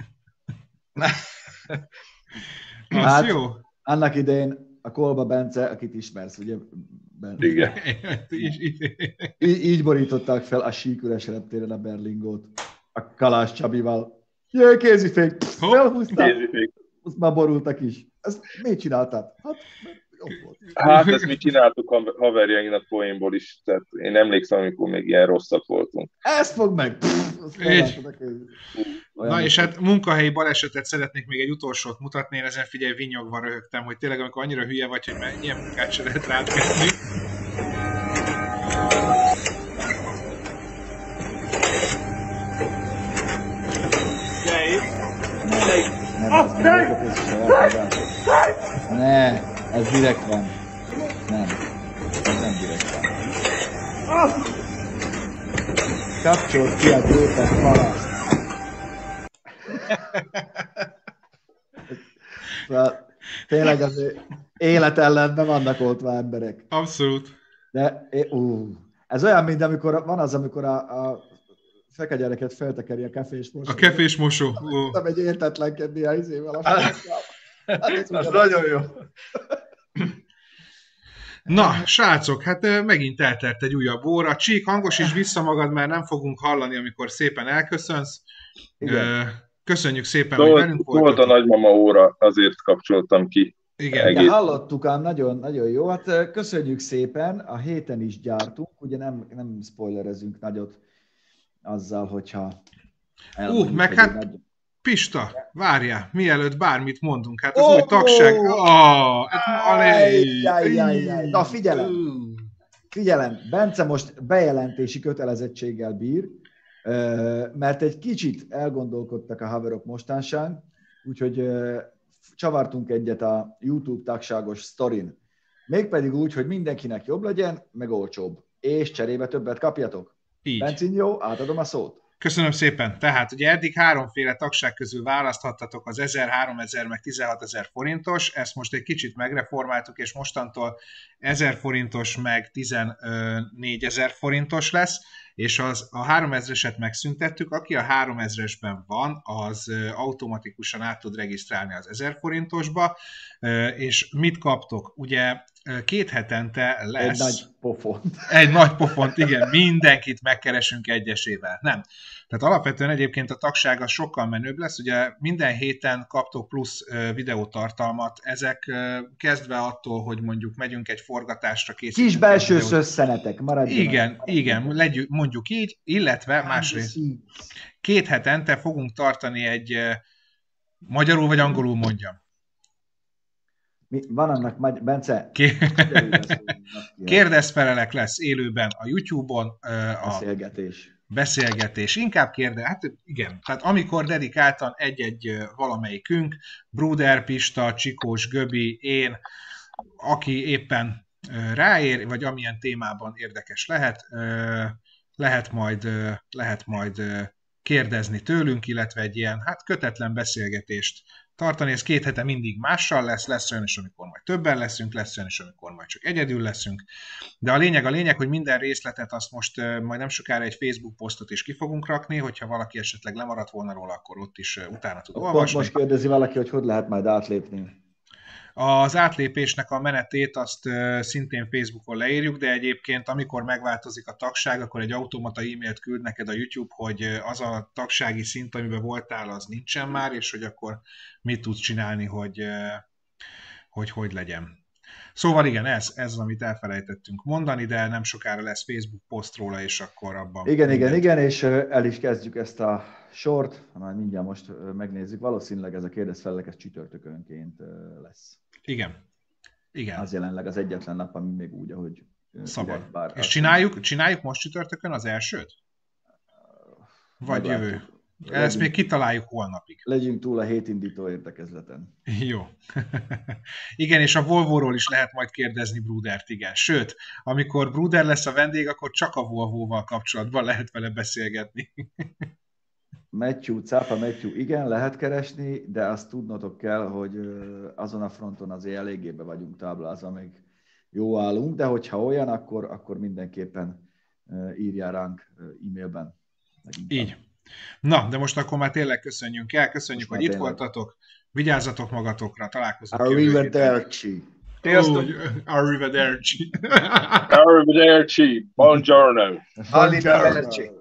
Hát, jó. Annak idején a Kolba Bence, akit ismersz, ugye? Bence. Igen. Így, így borították fel a síküres reptéren a Berlingót. A Kalás Csabival. Jaj, kézifék! Felhúzták! Kézifék. Azt már borultak is. Ezt miért csináltad? Hát, jó volt. Hát ezt mi csináltuk haverjainknak poénból is, tehát én emlékszem, amikor még ilyen rosszak voltunk. Ezt fog meg! Na és hát munkahelyi balesetet szeretnék még egy utolsót mutatni, én ezen figyelj, vinyogva röhögtem, hogy tényleg amikor annyira hülye vagy, hogy már ilyen munkát se lehet rád kezdni. Nem, ez nem, ez ne, ez direkt van. Nem, ez nem direkt van. Kapcsolt ki a gépet, falaszt. Szóval tényleg azért élet ellen nem vannak oltva emberek. Abszolút. De ú, ez olyan, mint amikor van az, amikor a, a feke gyereket feltekeri a kefésmosó. A kefésmosó. Nem egy értetlenkedni a izével a fekekkel. Hát, az nagyon jó. Na, srácok, hát megint eltelt egy újabb óra. Csík, hangos is vissza magad, mert nem fogunk hallani, amikor szépen elköszönsz. Igen. Köszönjük szépen, Szólt, hogy velünk voltatok. Volt a nagymama óra, azért kapcsoltam ki. Igen. Igen, hallottuk ám, nagyon, nagyon jó. Hát köszönjük szépen, a héten is gyártunk, ugye nem, nem spoilerezünk nagyot azzal, hogyha Ú, uh, meg hát nagy... Pista, várjál, mielőtt bármit mondunk, hát az oh, új tagság... Oh, Na figyelem, figyelem, Bence most bejelentési kötelezettséggel bír, mert egy kicsit elgondolkodtak a haverok mostanság, úgyhogy csavartunk egyet a YouTube tagságos sztorin. Mégpedig úgy, hogy mindenkinek jobb legyen, meg olcsóbb. És cserébe többet kapjatok. Így. Bencinyó, átadom a szót. Köszönöm szépen. Tehát ugye eddig háromféle tagság közül választhattatok az ezer, háromezer, meg tizenhatezer forintos. Ezt most egy kicsit megreformáltuk, és mostantól ezer forintos, meg tizennégyezer forintos lesz. és az, a háromezreset megszüntettük, aki a háromezresben van, az automatikusan át tud regisztrálni az ezer forintosba, és mit kaptok? Ugye két hetente lesz... Egy nagy pofont. Egy nagy pofont, igen, mindenkit megkeresünk egyesével. Nem. Tehát alapvetően egyébként a tagság az sokkal menőbb lesz, ugye minden héten kaptok plusz videótartalmat, ezek kezdve attól, hogy mondjuk megyünk egy forgatásra, készítünk. Kis belső szösszenetek, maradjanak. Igen, igen, legyünk, mondjuk így, illetve másrészt két hetente fogunk tartani egy, magyarul vagy angolul mondjam. Mi, van annak, Bence? Kérdezfelelek lesz élőben a YouTube-on. A beszélgetés. Beszélgetés. Inkább kérde, hát igen. Tehát amikor dedikáltan egy-egy valamelyikünk, Bruder, Pista, Csikós, Göbi, én, aki éppen ráér, vagy amilyen témában érdekes lehet, lehet majd, lehet majd kérdezni tőlünk, illetve egy ilyen hát kötetlen beszélgetést tartani. Ez két hete mindig mással lesz, lesz olyan is, amikor majd többen leszünk, lesz olyan is, amikor majd csak egyedül leszünk. De a lényeg a lényeg, hogy minden részletet azt most majd nem sokára egy Facebook posztot is ki fogunk rakni, hogyha valaki esetleg lemaradt volna róla, akkor ott is utána tud olvasni. Most kérdezi valaki, hogy hogy lehet majd átlépni. Az átlépésnek a menetét azt szintén Facebookon leírjuk, de egyébként amikor megváltozik a tagság, akkor egy automata e-mailt küld neked a YouTube, hogy az a tagsági szint, amiben voltál, az nincsen már, és hogy akkor mit tudsz csinálni, hogy hogy, hogy legyen. Szóval igen, ez, ez az, amit elfelejtettünk mondani, de nem sokára lesz Facebook poszt róla, és akkor abban... Igen, mindent... igen, igen, és el is kezdjük ezt a sort, már mindjárt most megnézzük, valószínűleg ez a kérdezfelelek, ez csütörtökönként lesz. Igen. Igen. Az jelenleg az egyetlen nap, ami még úgy, ahogy... Szabad. Bár és csináljuk, csináljuk most csütörtökön az elsőt? Vagy meglátjuk. Jövő? Ezt legyünk, még kitaláljuk holnapig. Legyünk túl a hétindító értekezleten. Jó. Igen, és a Volvo-ról is lehet majd kérdezni Brudert, igen. Sőt, amikor Bruder lesz a vendég, akkor csak a Volvo-val kapcsolatban lehet vele beszélgetni. Matthew, Cápa Matthew, igen, lehet keresni, de azt tudnotok kell, hogy azon a fronton azért eléggé be vagyunk táblázva, még jó állunk, de hogyha olyan, akkor, akkor mindenképpen írjál ránk e-mailben. Így. Na, de most akkor már tényleg köszönjünk el, köszönjük, most hogy itt tényleg voltatok, vigyázzatok magatokra, találkozunk jövő héten. Sziasztok! Arrivederci! Arrivederci! Buongiorno! Arrivederci!